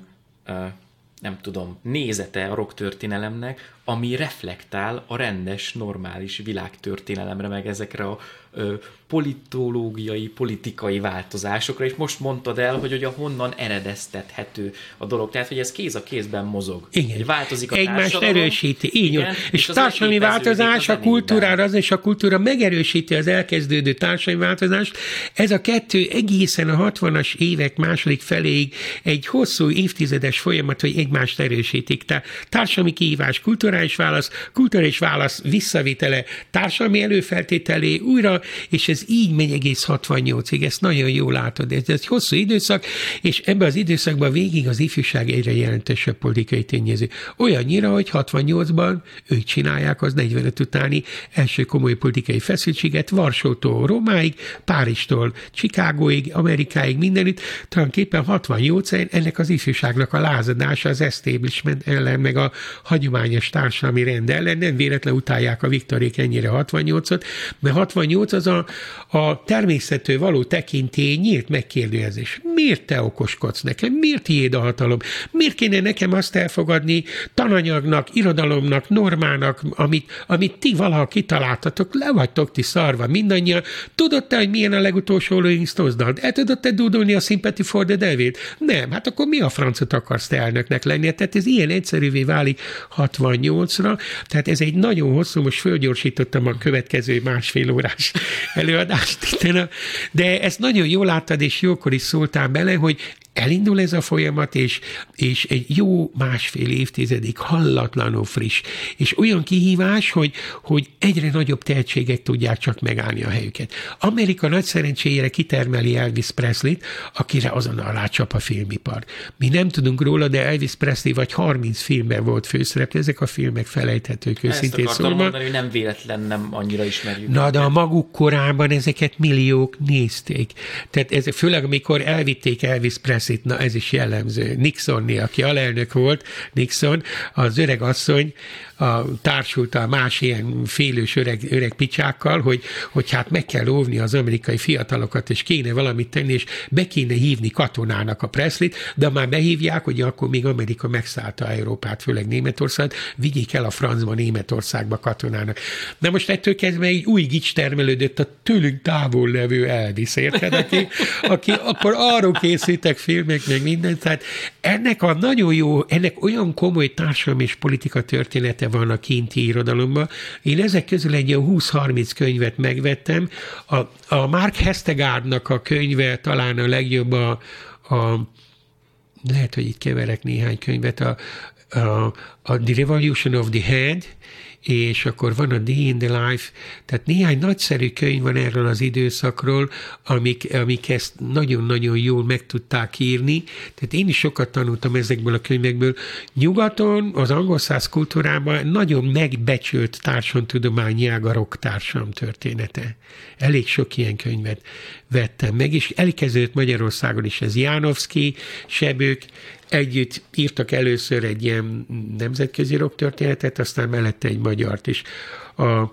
nem tudom, nézete a rocktörténelemnek, ami reflektál a rendes, normális világtörténelemre, meg ezekre a ö, politológiai, politikai változásokra, és most mondtad el, hogy ugye honnan eredeztethető a dolog. Tehát, hogy ez kéz a kézben mozog. Igen. Változik a egymást társadalom. erősíti. Így Igen, és, és és társadalmi változás a kultúrára, az és a kultúra megerősíti az elkezdődő társadalmi változást. Ez a kettő egészen a hatvanas évek második feléig egy hosszú évtizedes folyamat, hogy egymást erősítik. Tehát társadalmi kihívás, kulturális válasz, kulturális válasz visszavitele, társadalmi előfeltételé újra, és ez így megy egész hatvannyolcig. Ezt nagyon jól látod. Ez egy hosszú időszak, és ebben az időszakban végig az ifjúság egyre jelentősebb politikai tényező. Olyannyira, hogy hatvannyolcban ők csinálják az negyvenöt utáni első komoly politikai feszültséget, Varsótól Rómáig, Párizstól Chicagóig, Amerikáig, mindenütt. Tulajdonképpen hatvannyolc ennek az ifjúságnak a lázadása az establishment ellen, meg a hagyományos társadalmi rend ellen. Nem véletlen utálják a Viktorék ennyire hatvannyolcot, mert hatvannyolc az a, a természetől való tekintély nyílt megkérdőjelezés. Miért te okoskodsz nekem? Miért tiéd a hatalom? Miért kéne nekem azt elfogadni tananyagnak, irodalomnak, normának, amit, amit ti valaha kitaláltatok, le vagytok ti szarva mindannyian. Tudod te, hogy milyen a legutolsó Rolling Stones dal? El tudod te dúdolni a Sympathy for the Devil? Nem, hát akkor mi a francot akarsz te elnöknek lenni? Tehát ez ilyen egyszerűvé válik hatvannyolcra, tehát ez egy nagyon hosszú, most fölgyorsítottam a következő másfél órás előadást, de ezt nagyon jól láttad, és jókor is szóltál bele, hogy elindul ez a folyamat, és, és egy jó másfél évtizedig hallatlanul friss. És olyan kihívás, hogy, hogy egyre nagyobb tehetségek tudják csak megállni a helyüket. Amerika nagy szerencséjére kitermeli Elvis Presley-t, akire azonnal rácsap a filmipar. Mi nem tudunk róla, de Elvis Presley vagy harminc filmben volt főszereplő, ezek a filmek felejthetők őszintén szólva. Ezt akartam mondani, hogy nem véletlen nem annyira ismerjük. Na, de a maguk korában ezeket milliók nézték. Tehát ez, főleg amikor elvitték Elvis Presley, na ez is jellemző. Nixonnél, aki alelnök volt, Nixon, az öreg asszony a, társult a más ilyen félős öreg, öreg picsákkal, hogy, hogy hát meg kell óvni az amerikai fiatalokat, és kéne valamit tenni, és be kéne hívni katonának a Presleyt, de már behívják, hogy akkor még Amerika megszállta Európát, főleg Németországot, vigyék el a francba Németországba katonának. Na most ettől kezdve egy új gics termelődött a tőlünk távol levő Elvis, érted? Aki, aki akkor arról készítek filmek, meg mindent. Tehát ennek a nagyon jó, ennek olyan komoly társadalmi és politika története van a kinti irodalomban. Én ezek közül egy ilyen húsz-harminc könyvet megvettem. A, a Mark Hestegardnak a könyve talán a legjobb a, a lehet, hogy itt keverek néhány könyvet, a, a, a The Revolution of the Head, és akkor van a Day in the Life, tehát néhány nagyszerű könyv van erről az időszakról, amik, amik ezt nagyon-nagyon jól meg tudták írni, tehát én is sokat tanultam ezekből a könyvekből. Nyugaton, az angol száz kultúrában nagyon megbecsült társadalomtudományi ág a rock társadalom története. Elég sok ilyen könyvet vettem meg, és elkezdődött Magyarországon is ez. Jánovszky, Sebők együtt írtak először egy ilyen nemzetközi rock történetet, aztán mellette egy magyart is. A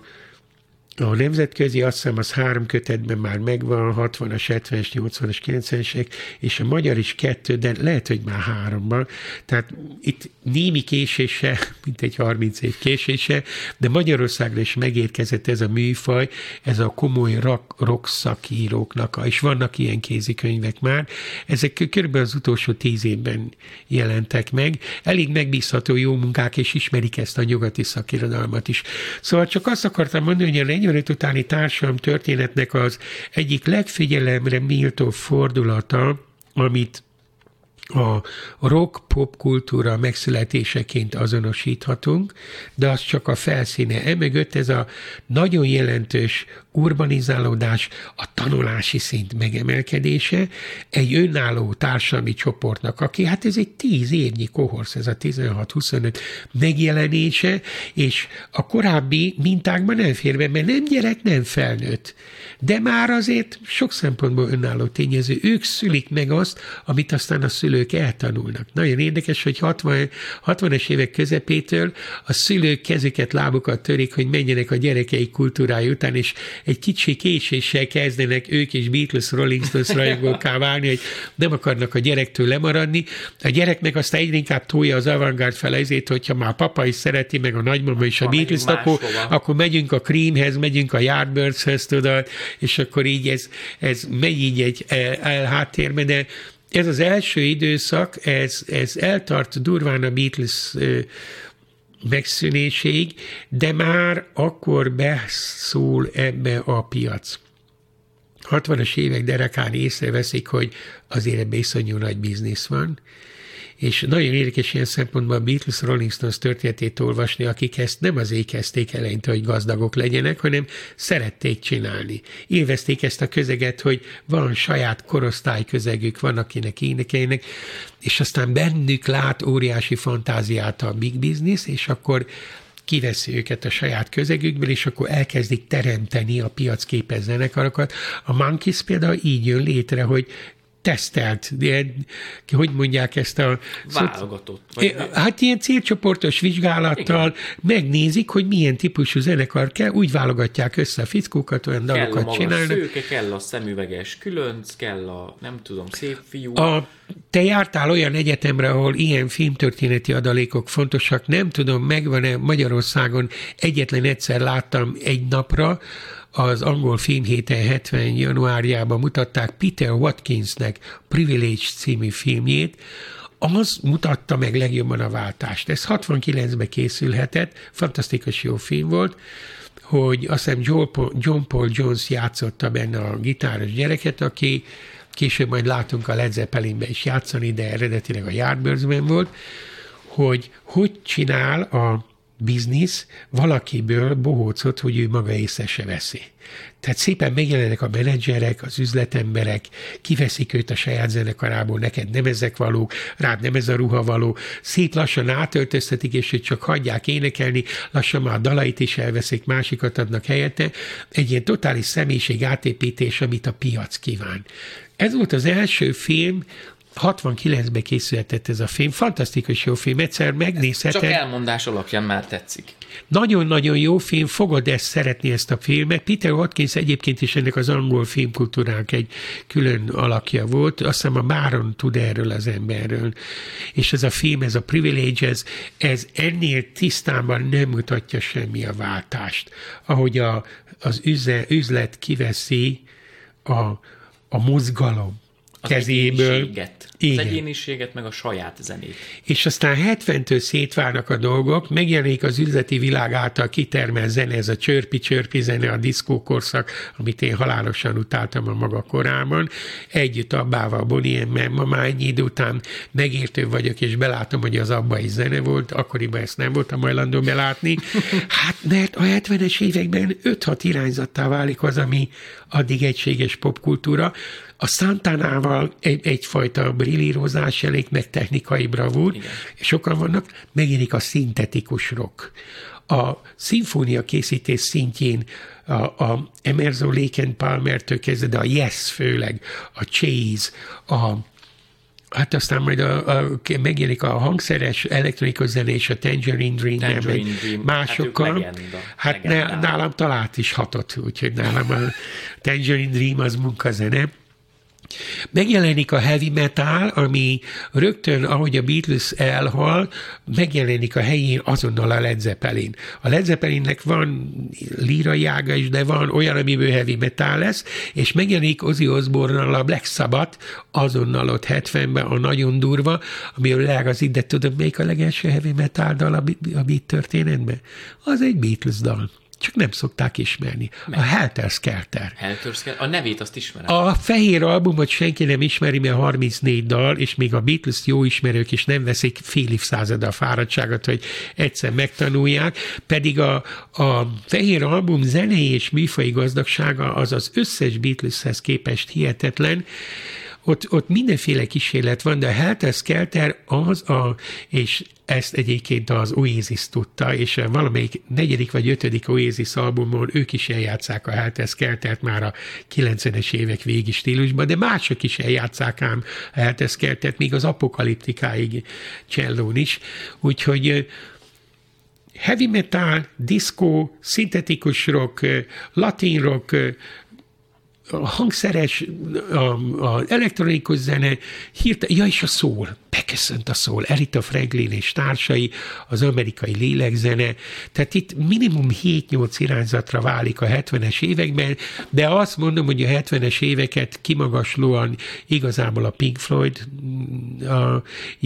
A nemzetközi, azt hiszem, az három kötetben már megvan, hatvanas, hetvenes, nyolcvanas, kilencvenesek, és a magyar is kettő, de lehet, hogy már háromban. Tehát itt némi késése, mint egy harminc év késése, de Magyarországra is megérkezett ez a műfaj, ez a komoly rock, rock szakíróknak, és vannak ilyen kézikönyvek már. Ezek körülbelül az utolsó tíz évben jelentek meg. Elég megbízható jó munkák, és ismerik ezt a nyugati szakirodalmat is. Szóval csak azt akartam mondani, hogy a negyvenöt utáni társadalom történetnek az egyik legfigyelemre méltó fordulata, amit a rock popkultúra megszületéseként azonosíthatunk, de az csak a felszíne. Emögött ez a nagyon jelentős urbanizálódás, a tanulási szint megemelkedése egy önálló társadalmi csoportnak, aki hát ez egy tíz évnyi kohorsz, ez a tizenhat-huszonöt megjelenése, és a korábbi mintákban nem fér be, mert nem gyerek, nem felnőtt. De már azért sok szempontból önálló tényező. Ők szülik meg azt, amit aztán a szülők eltanulnak. Nagyon érdekes, hogy hatvan, hatvanas évek közepétől a szülők kezüket, lábukat törik, hogy menjenek a gyerekeik kultúrája után, és egy kicsi késéssel kezdenek ők is Beatles, Rolling Stones rajongókká válni, hogy nem akarnak a gyerektől lemaradni. A gyereknek aztán egyre inkább tolja az avantgárd fele, ezért, hogyha már a papa is szereti, meg a nagymama is a Beatles, akkor, akkor megyünk a Creamhez, megyünk a Yardbirdshez, tudod, és akkor így ez, ez megy így egy el, el háttérbe, de ez az első időszak, ez, ez eltart durván a Beatles megszűnéséig, de már akkor beszól ebbe a piac. hatvanas évek derekán észreveszik, hogy azért ebbe iszonyú nagy biznisz van, és nagyon érdekes ilyen szempontból a Beatles, Rolling Stones történetét olvasni, akik ezt nem azért kezdték eleinte, hogy gazdagok legyenek, hanem szerették csinálni. Élvezték ezt a közeget, hogy van saját korosztály közegük, van akinek énekeljenek, és aztán bennük lát óriási fantáziát a big business, és akkor kiveszi őket a saját közegükből, és akkor elkezdik teremteni a piacképes zenekarokat. A Monkeys például így jön létre, hogy tesztelt, de, hogy mondják ezt a... Válogatott. Vagy hát ilyen célcsoportos vizsgálattal igen. megnézik, hogy milyen típusú zenekar kell, úgy válogatják össze a fickókat, olyan kell dalokat csinálnak. Kell a szőke, kell a szemüveges különc, kell a nem tudom, szép fiú. A, te jártál olyan egyetemre, ahol ilyen filmtörténeti adalékok fontosak, nem tudom, megvan-e Magyarországon, egyetlen egyszer láttam egy napra, az angol filmhéten hetven januárjában mutatták Peter Watkinsnek Privilege című filmjét, az mutatta meg legjobban a váltást. Ez hatvankilencben készülhetett, fantasztikus jó film volt, hogy azt hiszem John Paul Jones játszotta benne a gitáros gyereket, aki később majd látunk a Led Zeppelinbe is játszani, de eredetileg a Yardbirdsben volt, hogy hogy csinál a biznisz valakiből bohócot, hogy ő maga észre se veszi. Tehát szépen megjelennek a menedzserek, az üzletemberek, kiveszik őt a saját zenekarából, neked nem ezek valók, rád nem ez a ruha való, szép lassan átöltöztetik, és őt csak hagyják énekelni, lassan már a dalait is elveszik, másikat adnak helyette. Egy ilyen totális személyiség átépítés, amit a piac kíván. Ez volt az első film, hatvankilencben készülhetett ez a film, fantasztikus jó film, egyszer megnézheted. Csak elmondás alapján már tetszik. Nagyon-nagyon jó film, fogod ezt szeretni, ezt a filmet. Peter Watkins egyébként is ennek az angol filmkultúránk egy külön alakja volt, azt hiszem a Máron tud erről az emberről. És ez a film, ez a Privilege, ez, ez ennél tisztában nem mutatja semmi a váltást. Ahogy a, az üzlet kiveszi a, a mozgalom az kezéből. Egyéniséget. Az egyéniséget, meg a saját zenét. És aztán hetventől szétválnak a dolgok, megjelenik az üzleti világ által kitermelt zene, ez a csörpi-csörpi zene, a diszkókorszak, amit én halálosan utáltam a maga korában. Együtt Abbával, Bonnie M-mel, ma már ennyi idő után megértő vagyok, és belátom, hogy az Abba is zene volt, akkoriban ezt nem voltam hajlandó belátni. Hát mert a hetvenes években öt-hat irányzattá válik az, ami addig egységes popkultúra. A Santánával egy, egyfajta brillírozás elég, meg technikai bravúr, igen. Sokan vannak, megjelenik a szintetikus rock. A szimfónia készítés szintjén a, a Emerson, Lake and Palmer-től kezdve, de a Yes főleg, a Chase, a hát aztán majd a, a, megjelenik a hangszeres elektronikus zene és a Tangerine Dream, Tangerine Dream. másokkal. Hát, legenda, hát legenda. nálam talált is hatott, úgyhogy nálam a Tangerine Dream az munkazene. Megjelenik a heavy metal, ami rögtön, ahogy a Beatles elhal, megjelenik a helyén azonnal a Led Zeppelin. A Led Zeppelinnek van lírai ága is, de van olyan, amiből heavy metal lesz, és megjelenik Ozzy Osbourne-nal a Black Sabbath, azonnal ott hetvenben, a nagyon durva, amiről leágazik, de tudod, melyik a legelső heavy metal dal a beat történetben? Az egy Beatles dal. Csak nem szokták ismerni. Meg. A Helter Skelter. Helter Skelter. A nevét azt ismerem. A fehér albumot senki nem ismeri, mert harmincnégy dal, és még a Beatles jó ismerők is nem veszik fél évszázada a fáradtságot, hogy egyszer megtanulják, pedig a, a fehér album zenei és műfai gazdagsága az az összes Beatleshez képest hihetetlen. Ott, ott mindenféle kísérlet van, de a Helter Skelter az a, és ezt egyébként az Oasis tudta, és valamelyik negyedik vagy ötödik Oasis albumon ők is eljátszák a Helter Skeltert már a kilencvenes évek végi stílusban, de mások is eljátszák ám a Helter Skeltert, még az apokaliptikáig csellón is. Úgyhogy heavy metal, disco, szintetikus rock, latin rock, a hangszeres, az elektronikus zene, hirtelen, ja, és a soul, beköszönt a soul, Aretha Franklin és társai, az amerikai lélekzene, tehát itt minimum hét-nyolc irányzatra válik a hetvenes években, de azt mondom, hogy a hetvenes éveket kimagaslóan igazából a Pink Floyd, a,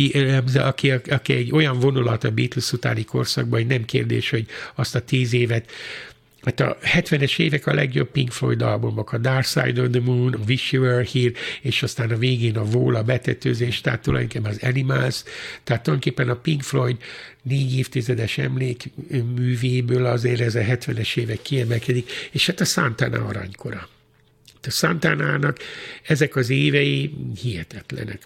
aki, aki egy olyan vonulat a Beatles utáni korszakban, hogy nem kérdés, hogy azt a tíz évet. Hát a hetvenes évek a legjobb Pink Floyd albumok, a Dark Side of the Moon, a Wish You Were Here, és aztán a végén a Wall, a betetőzés, tehát tulajdonképpen az Animals, tehát tulajdonképpen a Pink Floyd négy évtizedes emlékművéből azért ez a hetvenes évek kiemelkedik, és hát a Santana aranykora. A Santanának ezek az évei hihetetlenek.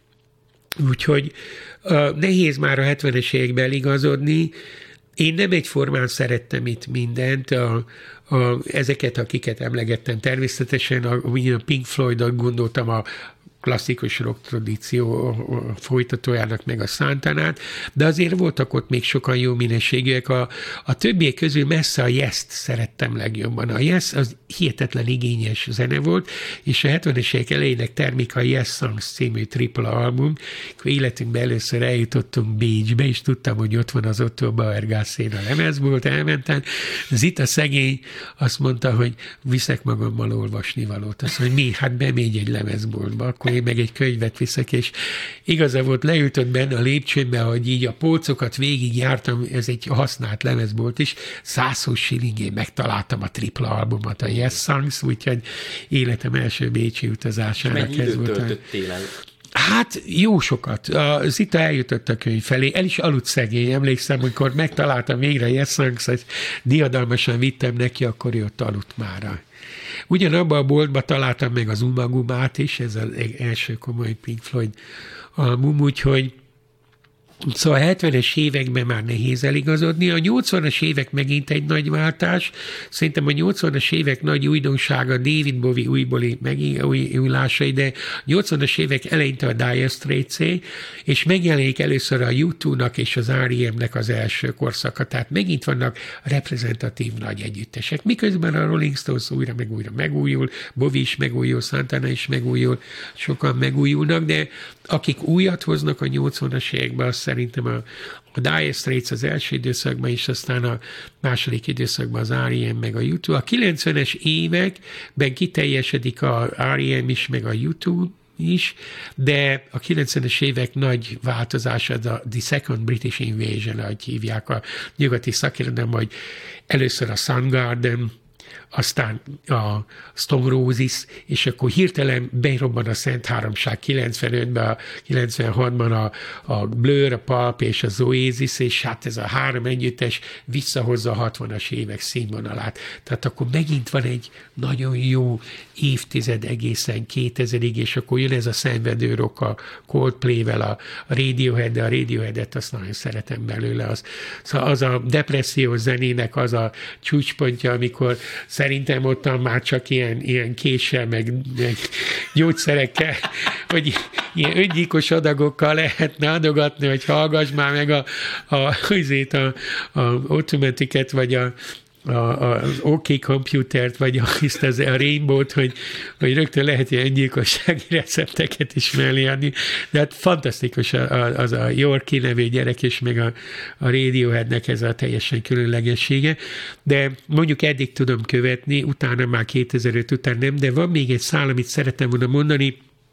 Úgyhogy uh, nehéz már a hetvenes években eligazodni. Én nem egyformán szerettem itt mindent, a, a, ezeket, akiket emlegettem természetesen, a, a Pink Floydot gondoltam a klasszikus rock tradíció folytatójának, meg a Santanát, de azért voltak ott még sokan jó minőségűek. A, a többiek közül messze a Yes-t szerettem legjobban. A Yes az hihetetlen igényes zene volt, és a hetvenes évek elejének terméke a Yes Songs című tripla album. Akkor életünkben először eljutottunk Bécsbe, és tudtam, hogy ott van az Otto Bauer-Gasszén a lemezbolt, elmentem. Zita szegény azt mondta, hogy viszek magammal olvasnivalót. Azt mondja, mi? Hát bemegy egy lemezboltba, akkor én meg egy könyvet viszek, és igaza volt, leütött benne a lépcsőbe, hogy így a polcokat végig jártam, ez egy használt lemezbolt is, százhúsz shillingén megtaláltam a tripla albumot, a Yes Songs, úgyhogy életem első bécsi utazásának ez volt. Mennyi időt töltöttél el? Hát jó sokat. A Zita eljutott a könyv felé, el is aludt szegény. Emlékszem, amikor megtaláltam végre Yes Songs, hogy diadalmasan vittem neki, akkor ő ott aludt már. Ugyanabban a boltban találtam meg az Umagumát is, ez az első komoly Pink Floyd album, úgyhogy szóval a hetvenes években már nehéz eligazodni. A nyolcvanas évek megint egy nagy váltás. Szerintem a nyolcvanas évek nagy újdonsága David Bowie újbóli megújulásai, de a nyolcvanas évek eleinte a Dire Straits-é, és megjelenik először a U kettőnek és az er e em-nek az első korszaka. Tehát megint vannak reprezentatív nagy együttesek. Miközben a Rolling Stones újra meg újra megújul, Bowie is megújul, Santana is megújul, sokan megújulnak, de akik újat hoznak a nyolcvanas években, azt szerintem a, a Dire Straits az első időszakban, és aztán a második időszakban az er e em meg a U kettő. A kilencvenes években kiteljesedik a er e em is, meg a U kettő is, de a kilencvenes évek nagy változása az a The Second British Invasion, ahogy hívják a nyugati szakirodalom, hogy először a Soundgarden, aztán a Stone Roses, és akkor hirtelen berobban a Szent Háromság kilencvenötben, a kilencvenhatban a, a Blur, a Pulp és az Oasis, és hát ez a három együttes visszahozza a hatvanas évek színvonalát. Tehát akkor megint van egy nagyon jó évtized egészen kétezerig, és akkor jön ez a szenvedő rock a Coldplay-vel, a Radiohead, de a Radioheadet azt nagyon szeretem belőle. Az, szóval az a depressziós zenének az a csúcspontja, amikor szerintem ottan már csak ilyen, ilyen késsel, meg, meg gyógyszerekkel, vagy ilyen öngyilkos adagokkal lehetne adogatni, hogy hallgass már meg a, a, azért a, a Automatiket, vagy a A, a, az OK Computert, vagy a, az, a Rainbow-t, hogy, hogy rögtön lehet ilyen öngyilkossági recepteket is mellé adni. De hát fantasztikus az a Yorkie nevű gyerek, és meg a, a Radioheadnek ez a teljesen különlegessége. De mondjuk eddig tudom követni, utána már kétezer-öt után nem, de van még egy szál, amit szeretem volna mondani.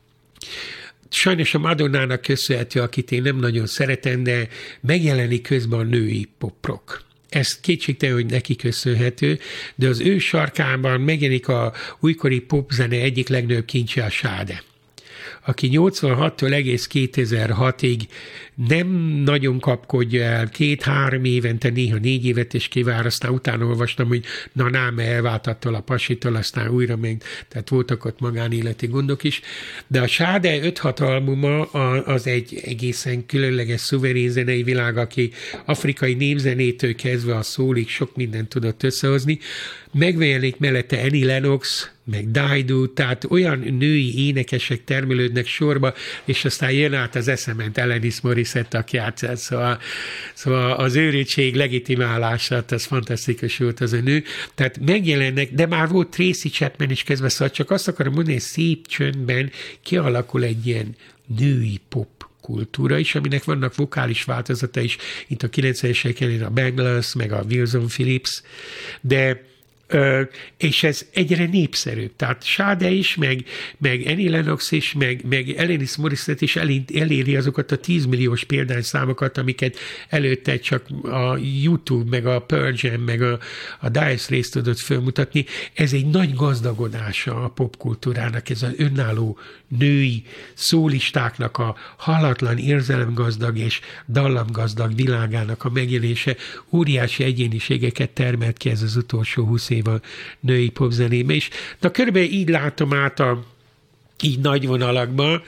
Sajnos a Madonnának köszönhető, akit én nem nagyon szeretem, de megjelenik közben a női pop-rock. Ez kétségtelen, hogy neki köszönhető, de az ő sarkában megjelenik a újkori popzene egyik legnagyobb kincse, a Sade, aki nyolcvanhattól egész kétezer-hatig nem nagyon kapkodja el, két-három évente, néha négy évet is kivár, aztán utána olvastam, hogy na nám, elvált attól a pasitól, aztán újra meg, tehát voltak ott magánéleti gondok is, de a Sade öt-hat albuma az egy egészen különleges szuverén zenei világ, aki afrikai népzenétől kezdve a szólig sok mindent tudott összehozni. Megjelenik mellette Annie Lennox, meg Daidu, tehát olyan női énekesek termelődnek sorba, és aztán jön át az eszement Alanis Morissette, aki játszott, szóval, szóval az őrültség legitimálását, az fantasztikus volt az a nő. Tehát megjelennek, de már volt Tracy Chapman is kezdve, szóval csak azt akarom mondani, hogy szép csöndben kialakul egy ilyen női pop kultúra is, aminek vannak vokális változata is, mint a kilencvenes években a Bangles, meg a Wilson Phillips, de Ö, és ez egyre népszerűbb. Tehát Sade is, meg, meg Annie Lennox is, meg, meg Alanis Morissette is eléri azokat a tízmilliós példányszámokat, amiket előtte csak a YouTube, meg a Pearl Jam, meg a, a Dire Straits tudott felmutatni. Ez egy nagy gazdagodása a popkultúrának, ez az önálló női szólistáknak a hallatlan érzelemgazdag és dallamgazdag világának a megjelenése óriási egyéniségeket termelt ki ez az utolsó húsz év a női popzenébe is. Na körülbelül így látom át a így nagy vonalakban,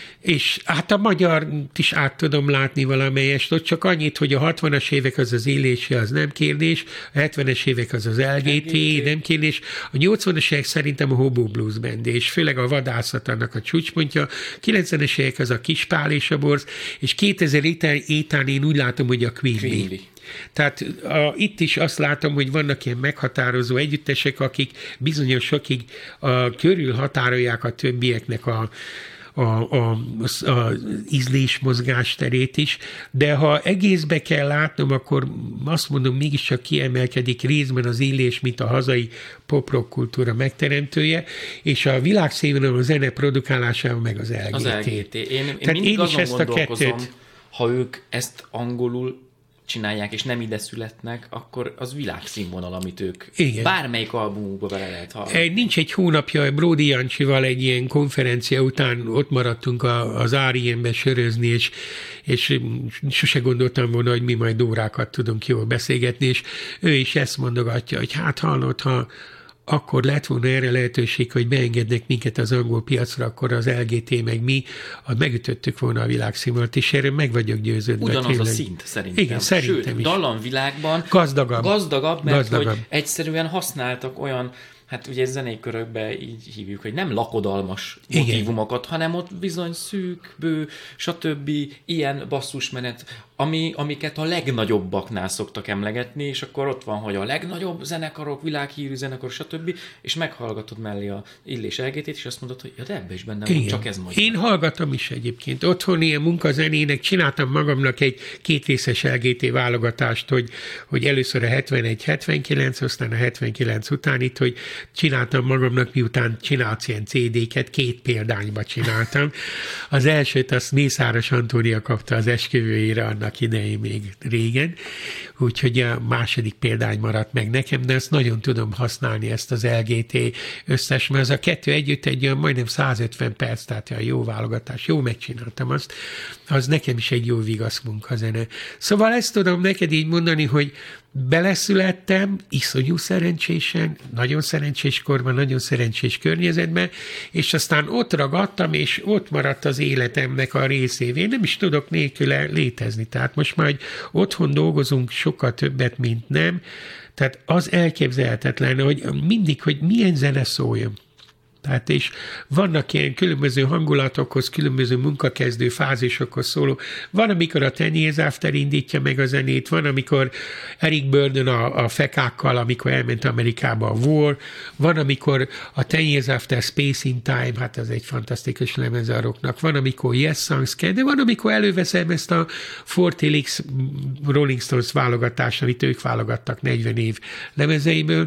és hát a magyar is át tudom látni valamelyest, ott csak annyit, hogy a hatvanas évek az az élése, az nem kérdés, a hetvenes évek az az el gé té, nem kérdés, a nyolcvanas évek szerintem a Hobo Blues Band, és főleg a vadászat annak a csúcspontja, kilencvenes évek az a Kispál és a Borz, és kétezer étán én úgy látom, hogy a Queen Bee. Tehát a, itt is azt látom, hogy vannak ilyen meghatározó együttesek, akik bizonyosokig a, körül határolják a többieknek a a, a, a ízlés mozgásterét is, de ha egészbe kell látnom, akkor azt mondom, mégiscsak kiemelkedik részben az illés, mint a hazai pop-rock kultúra megteremtője, és a világszínvonalon a zene produkálásában meg az el gé té. Az el gé té. Én, én Tehát mindig én is azon ezt a gondolkozom, kettőt... ha ők ezt angolul csinálják, és nem ide születnek, akkor az világszínvonal, amit ők igen. bármelyik albumukba vele lehet hallani. Nincs egy hónapja, Brody Jancsival egy ilyen konferencia után ott maradtunk az á er i em-be sörözni, és, és sose gondoltam volna, hogy mi majd órákat tudunk jól beszélgetni, és ő is ezt mondogatja, hogy hát hallod, ha akkor lett volna erre lehetőség, hogy beengednek minket az angol piacra, akkor az el gé té meg mi, megütöttük volna a világszínvonalat, és erről meg vagyok győződve. Ugyanaz tényleg. A szint szerintem. Igen, szerintem Sőt, is. dallamvilágban gazdagabb, gazdagabb mert gazdagabb. Hogy egyszerűen használtak olyan, hát ugye zenei körökben így hívjuk, hogy nem lakodalmas igen. motívumokat, hanem ott bizony szűk, bő, stb. Ilyen basszusmenet, ami, amiket a legnagyobbaknál szoktak emlegetni, és akkor ott van, hogy a legnagyobb zenekarok, világhírű zenekar, stb. És meghallgatod mellé a Illés el gé té-t, és azt mondod, hogy ja, de ebbe is benne van, csak ez magyar. Én hallgatom is egyébként. Otthon ilyen munkazenének csináltam magamnak egy kétrészes el gé té válogatást, hogy, hogy először a hetvenegy hetvenkilenc, aztán a hetvenkilenc után itt, hogy csináltam magamnak, miután csinálsz ilyen cé dé-ket, két példányba csináltam. Az elsőt azt Mészáros Antónia kapta az esküvőjére annak idején még régen, úgyhogy a második példány maradt meg nekem, de ezt nagyon tudom használni, ezt az el gé té összes, mert az a kettő együtt egy olyan majdnem százötven perc, tehát a jó válogatás, jó megcsináltam azt, az nekem is egy jó vigasz munkazene. Szóval ezt tudom neked így mondani, hogy beleszülettem, iszonyú szerencsésen, nagyon szerencsés korban, nagyon szerencsés környezetben, és aztán ott ragadtam, és ott maradt az életemnek a részévé. Én nem is tudok nélküle létezni. Tehát most már, hogy otthon dolgozunk sokkal többet, mint nem, tehát az elképzelhetetlen, hogy mindig, hogy milyen zene szóljon. Tehát és vannak ilyen különböző hangulatokhoz, különböző munkakezdő fázisokhoz szóló. Van, amikor a Ten Years After indítja meg a zenét, van, amikor Eric Burdon a, a fekákkal, amikor elment Amerikába a War, van, amikor a Ten Years After Space in Time, hát ez egy fantasztikus lemez a rocknak, van, amikor Yes Songs kell, de van, amikor előveszem ezt a negyven X Rolling Stones válogatást, amit ők válogattak negyven év lemezeiből.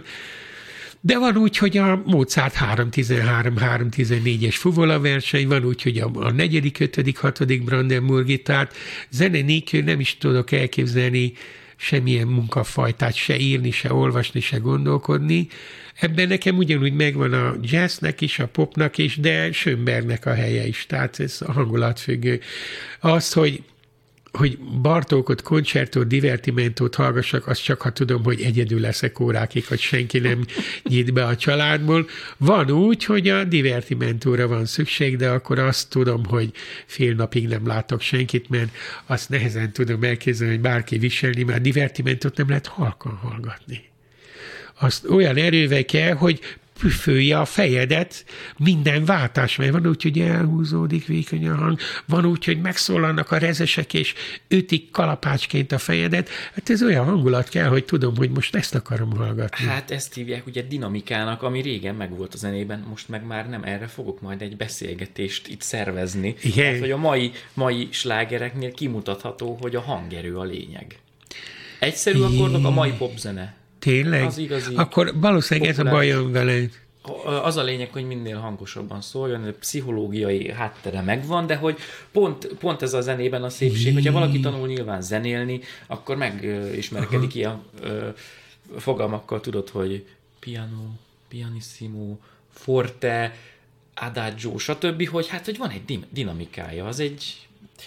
De van úgy, hogy a Mozart három tizenhárom három tizennégyes fuvola verseny, van úgy, hogy a, a negyedik, ötödik, hatodik Brandenburg gitárt. Zene nélkül nem is tudok elképzelni semmilyen munkafajtát, se írni, se olvasni, se gondolkodni. Ebben nekem ugyanúgy megvan a jazznek is, a popnak is, de Schönbergnek a helye is. Tehát ez a hangulatfüggő. Az, hogy hogy Bartókot, koncertót, divertimentót hallgassak, azt csak ha tudom, hogy egyedül leszek órákig, hogy senki nem nyit be a családból. Van úgy, hogy a divertimentóra van szükség, de akkor azt tudom, hogy fél napig nem látok senkit, mert azt nehezen tudom elképzelni, hogy bárki viselni, mert a divertimentót nem lehet halkan hallgatni. Azt olyan erővel kell, hogy püfölje a fejedet minden váltás, mert van úgy, hogy elhúzódik vékony a hang, van úgy, hogy megszólalnak a rezesek, és ütik kalapácsként a fejedet. Hát ez olyan hangulat kell, hogy tudom, hogy most ezt akarom hallgatni. Hát ezt hívják ugye dinamikának, ami régen megvolt a zenében, most meg már nem, erre fogok majd egy beszélgetést itt szervezni. Igen. Hát, hogy a mai, mai slágereknél kimutatható, hogy a hangerő a lényeg. Egyszerű akkordok, a mai popzene. Tényleg? Az igazi. Akkor valószínűleg ez a bajom vele. Az a lényeg, hogy minél hangosabban szóljon, a pszichológiai háttere megvan, de hogy pont, pont ez a zenében a szépség, hogyha valaki tanul nyilván zenélni, akkor megismerkedik ilyen ö, fogalmakkal, tudod, hogy piano, pianissimo, forte, adagio, stb., hogy hát, hogy van egy dinamikája, az egy,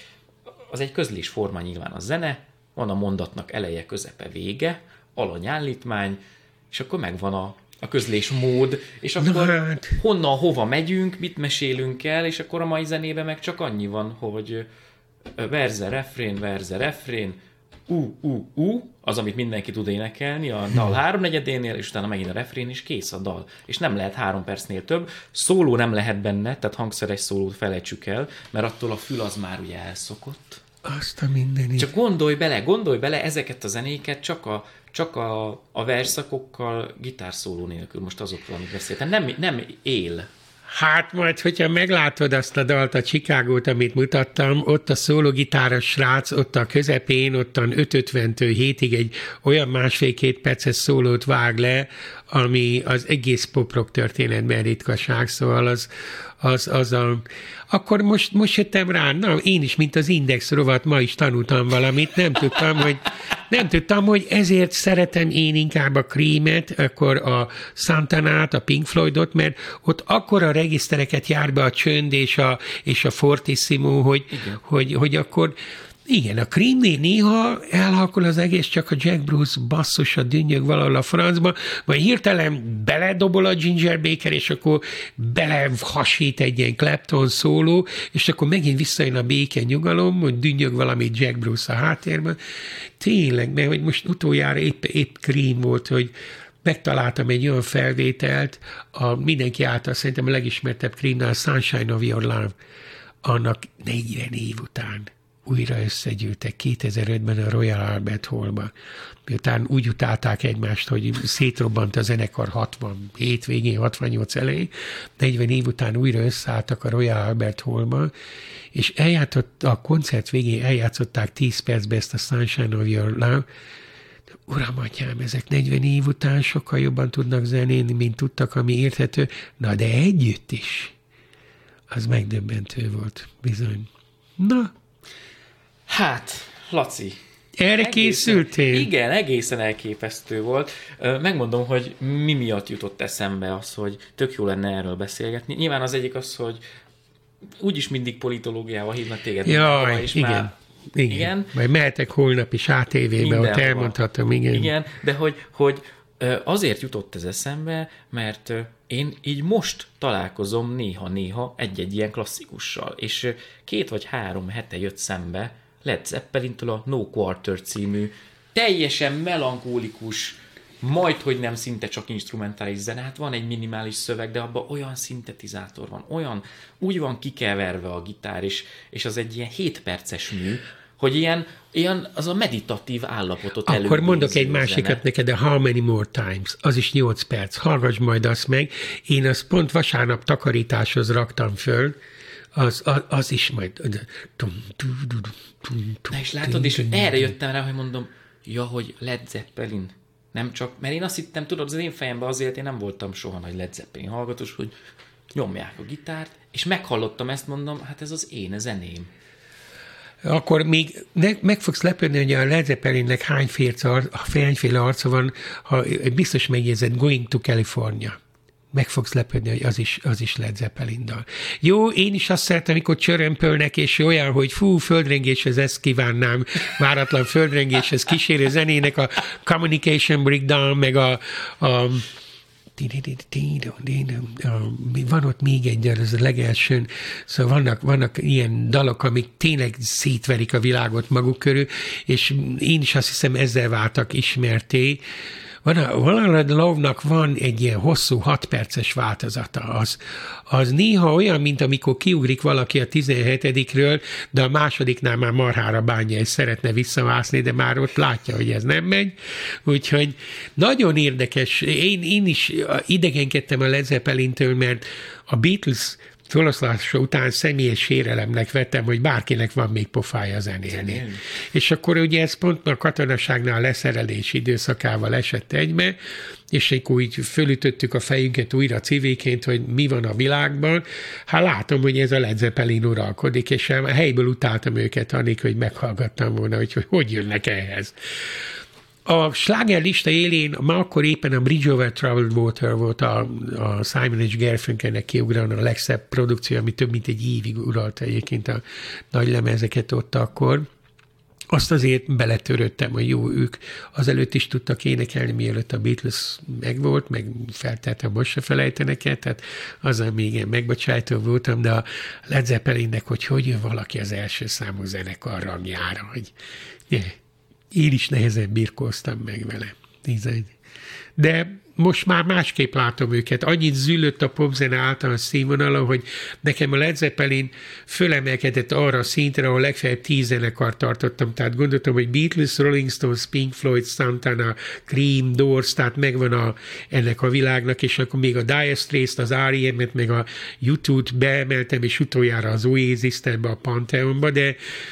az egy közlésforma nyilván a zene, van a mondatnak eleje, közepe, vége, alanyállítmány, és akkor megvan a, a közlésmód, és akkor hát. honnan, hova megyünk, mit mesélünk el, és akkor a mai zenében meg csak annyi van, hogy verze, refrén, verze, refrén, ú, ú, ú, az, amit mindenki tud énekelni a dal háromnegyedénél, és utána megint a refrén, és kész a dal. És nem lehet három percnél több. Szóló nem lehet benne, tehát hangszeres szólót felejtsük el, mert attól a fül az már ugye elszokott. Azt a mindenit. Csak gondolj bele, gondolj bele ezeket a zenéket csak a, csak a, a verszakokkal, gitárszóló nélkül, most azokról, amit beszéltem. Nem, nem él. Hát majd, hogyha meglátod azt a dalt, a Chicagót, amit mutattam, ott a szólógitáros srác, ott a közepén, ottan öt-ötventől hétig egy olyan másfél-két perces szólót vág le, ami az egész pop-rock történetben ritkaság, szóval az, az, az a... Akkor most, most jöttem rá, na, én is, mint az Index rovat, ma is tanultam valamit, nem tudtam, hogy nem tudtam, hogy ezért szeretem én inkább a Cream-et, akkor a Santanát, a Pink Floydot, mert ott akkora regisztereket jár be a csönd és a, és a fortissimo, hogy, hogy, hogy akkor igen, a Creamnél néha elhalkul az egész, csak a Jack Bruce basszus a dünnyög valahol a francba, majd hirtelen beledobol a Ginger Baker, és akkor belehasít egy ilyen Clapton szóló, és akkor megint visszajön a béke nyugalom, hogy dünnyög valamit Jack Bruce a háttérben. Tényleg, mert hogy most utoljára épp, épp Cream volt, hogy megtaláltam egy olyan felvételt, a mindenki által szerintem a legismertebb Creamnál, Sunshine of Your Love, annak negyven év után újra összegyűltek kétezer-ötben a Royal Albert Hallban. Miután úgy utálták egymást, hogy szétrobbant a zenekar hatvanhét végén, hatvannyolc elején, negyven év után újra összeálltak a Royal Albert Hallban, és eljátszott, a koncert végén eljátszották tíz percbe ezt a Sunshine of Your Love. Uram, atyám, ezek negyven év után sokkal jobban tudnak zenélni, mint tudtak, ami érthető. Na, de együtt is. Az megdöbbentő volt, bizony. Na, hát, Laci. Erre egészen, készültél? Igen, egészen elképesztő volt. Megmondom, hogy mi miatt jutott eszembe az, hogy tök jó lenne erről beszélgetni. Nyilván az egyik az, hogy úgyis mindig politológiával hívnak téged. Jaj, és igen. Már, igen. igen. Majd mehetek holnap is á té vé-be, ott elmondhatom, igen. Igen, de hogy, hogy azért jutott ez eszembe, mert én így most találkozom néha-néha egy-egy ilyen klasszikussal, és két vagy három hete jött szembe Led Zeppelintől a No Quarter című, teljesen melankólikus, majdhogy nem szinte csak instrumentális zene, hát van egy minimális szöveg, de abban olyan szintetizátor van, olyan, úgy van kikeverve a gitár, és, és az egy ilyen hét perces mű, hogy ilyen, ilyen az a meditatív állapotot előbb. Akkor mondok egy másikat neked, de How Many More Times, az is nyolc perc, hallgass majd azt meg. Én azt pont vasárnap takarításhoz raktam föl, az, az, az is majd... Na és látod, és erre jöttem rá, hogy mondom, ja, hogy Led Zeppelin, nem csak, mert én azt hittem, tudod, az én fejemben azért én nem voltam soha nagy Led Zeppelin hallgatós, hogy nyomják a gitárt, és meghallottam ezt, mondom, hát ez az én zeném. Akkor még ne, meg fogsz lepődni, hogy a Led Zeppelinnek hányféle arca van, ha biztos megjegyzett Going to California. Meg fogsz lepődni, hogy az is, az is Led Zeppelin dal. Jó, én is azt szeretem, amikor csörömpölnek, és olyan, hogy fú, földrengéshez ezt kívánnám, váratlan földrengéshez kísérő zenének a Communication Breakdown, meg a, a van ott még egy, ez a legelsőn, szóval vannak, vannak ilyen dalok, amik tényleg szétverik a világot maguk körül, és én is azt hiszem ezzel váltak ismerté, van a One Love-nak van egy ilyen hosszú, hat perces változata. Az, az néha olyan, mint amikor kiugrik valaki a tizenhetedikről, de a másodiknál már marhára bánja, és szeretne visszamászni, de már ott látja, hogy ez nem megy. Úgyhogy nagyon érdekes. Én, én is idegenkedtem a Led Zeppelintől, mert a Beatles feloszlása után személyes sérelemnek vettem, hogy bárkinek van még pofája zenélni. És akkor ugye ez pont a katonaságnál leszerelés időszakával esett egybe, és akkor úgy fölütöttük a fejünket újra civilként, hogy mi van a világban. Hát látom, hogy ez a Led Zeppelin uralkodik, és a helyből utáltam őket, anélkül, hogy meghallgattam volna, hogy hogy, hogy jönnek ehhez. A sláger lista élén, ma akkor éppen a Bridge Over Troubled Water volt a, a Simon és Garfunkelnek kiugran a legszebb produkció, ami több mint egy évig uralta egyébként a nagy lemezeket ott akkor. Azt azért beletörődtem, hogy jó, ők azelőtt is tudtak énekelni, mielőtt a Beatles megvolt, meg feltettem, most se felejtenek el, tehát azzal még ilyen megbocsájtó voltam, de a Led Zeppelinnek, hogy hogy jön valaki az első számú zenekar rangjára, hogy yeah. Én is nehezen birkóztam meg vele. De most már másképp látom őket. Annyit zűlött a popzene általános színvonala, hogy nekem a Led Zeppelin fölemelkedett arra a szintre, ahol legfeljebb tíz zenekar tartottam. Tehát gondoltam, hogy Beatles, Rolling Stones, Pink Floyd, Santana, Cream, Doors, tehát megvan a, ennek a világnak, és akkor még a Dire Straits-t, az er e em-et, meg a u kettőt beemeltem, és utoljára az Oasis-t ebbe a Pantheonba, de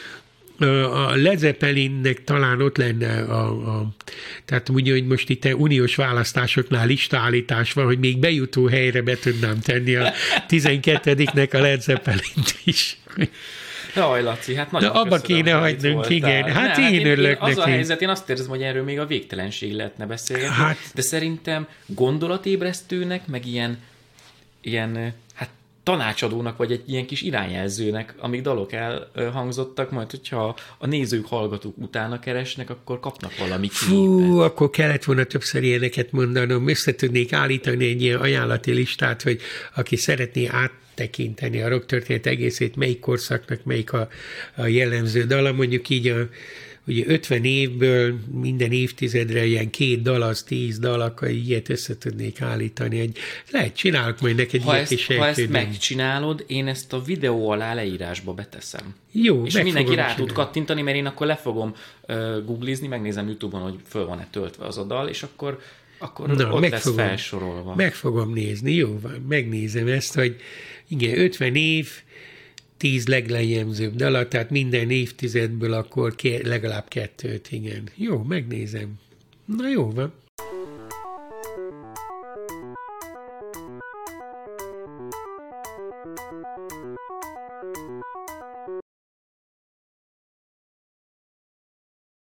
a Led Zeppelinnek talán ott lenne a, a tehát úgy, hogy most itt uniós választásoknál listaállítás van, hogy még bejutó helyre be tudnám tenni a tizenkettediknek a Led Zeppelint is. Jaj, Laci, hát nagyon de abba köszönöm, kéne hagynunk, igen. Hát, ne, én, én örülök neki. Az neki. a helyzet, én azt érzem, hogy erről még a végtelenség lehetne beszélgetni, hát, de szerintem gondolatébresztőnek, meg ilyen, ilyen hát tanácsadónak, vagy egy ilyen kis irányjelzőnek, amíg dalok elhangzottak, majd hogyha a nézők, hallgatók utána keresnek, akkor kapnak valami képet. Fú, akkor kellett volna többször ilyeneket mondanom. Össze tudnék állítani egy ilyen ajánlati listát, hogy aki szeretné áttekinteni a rocktörténet egészét, melyik korszaknak melyik a, a jellemző dala, mondjuk így a ugye ötven évből minden évtizedre ilyen két dal, az tíz dal, akkor ilyet össze tudnék állítani. Egy, lehet, csinálok majd neked ha ilyet ezt, is. Ha ezt megcsinálod, én ezt a videó alá leírásba beteszem. Jó, és mindenki rá tud kattintani, mert én akkor le fogom uh, googlizni, megnézem YouTube-on, hogy föl van-e töltve az a dal, és akkor, akkor Na, ott lesz fogom, felsorolva. Meg fogom nézni, jó van, megnézem ezt, hogy igen, ötven év, tíz leglenyemzőbb dala, tehát minden évtizedből akkor legalább kettőt, igen. Jó, megnézem. Na jó van.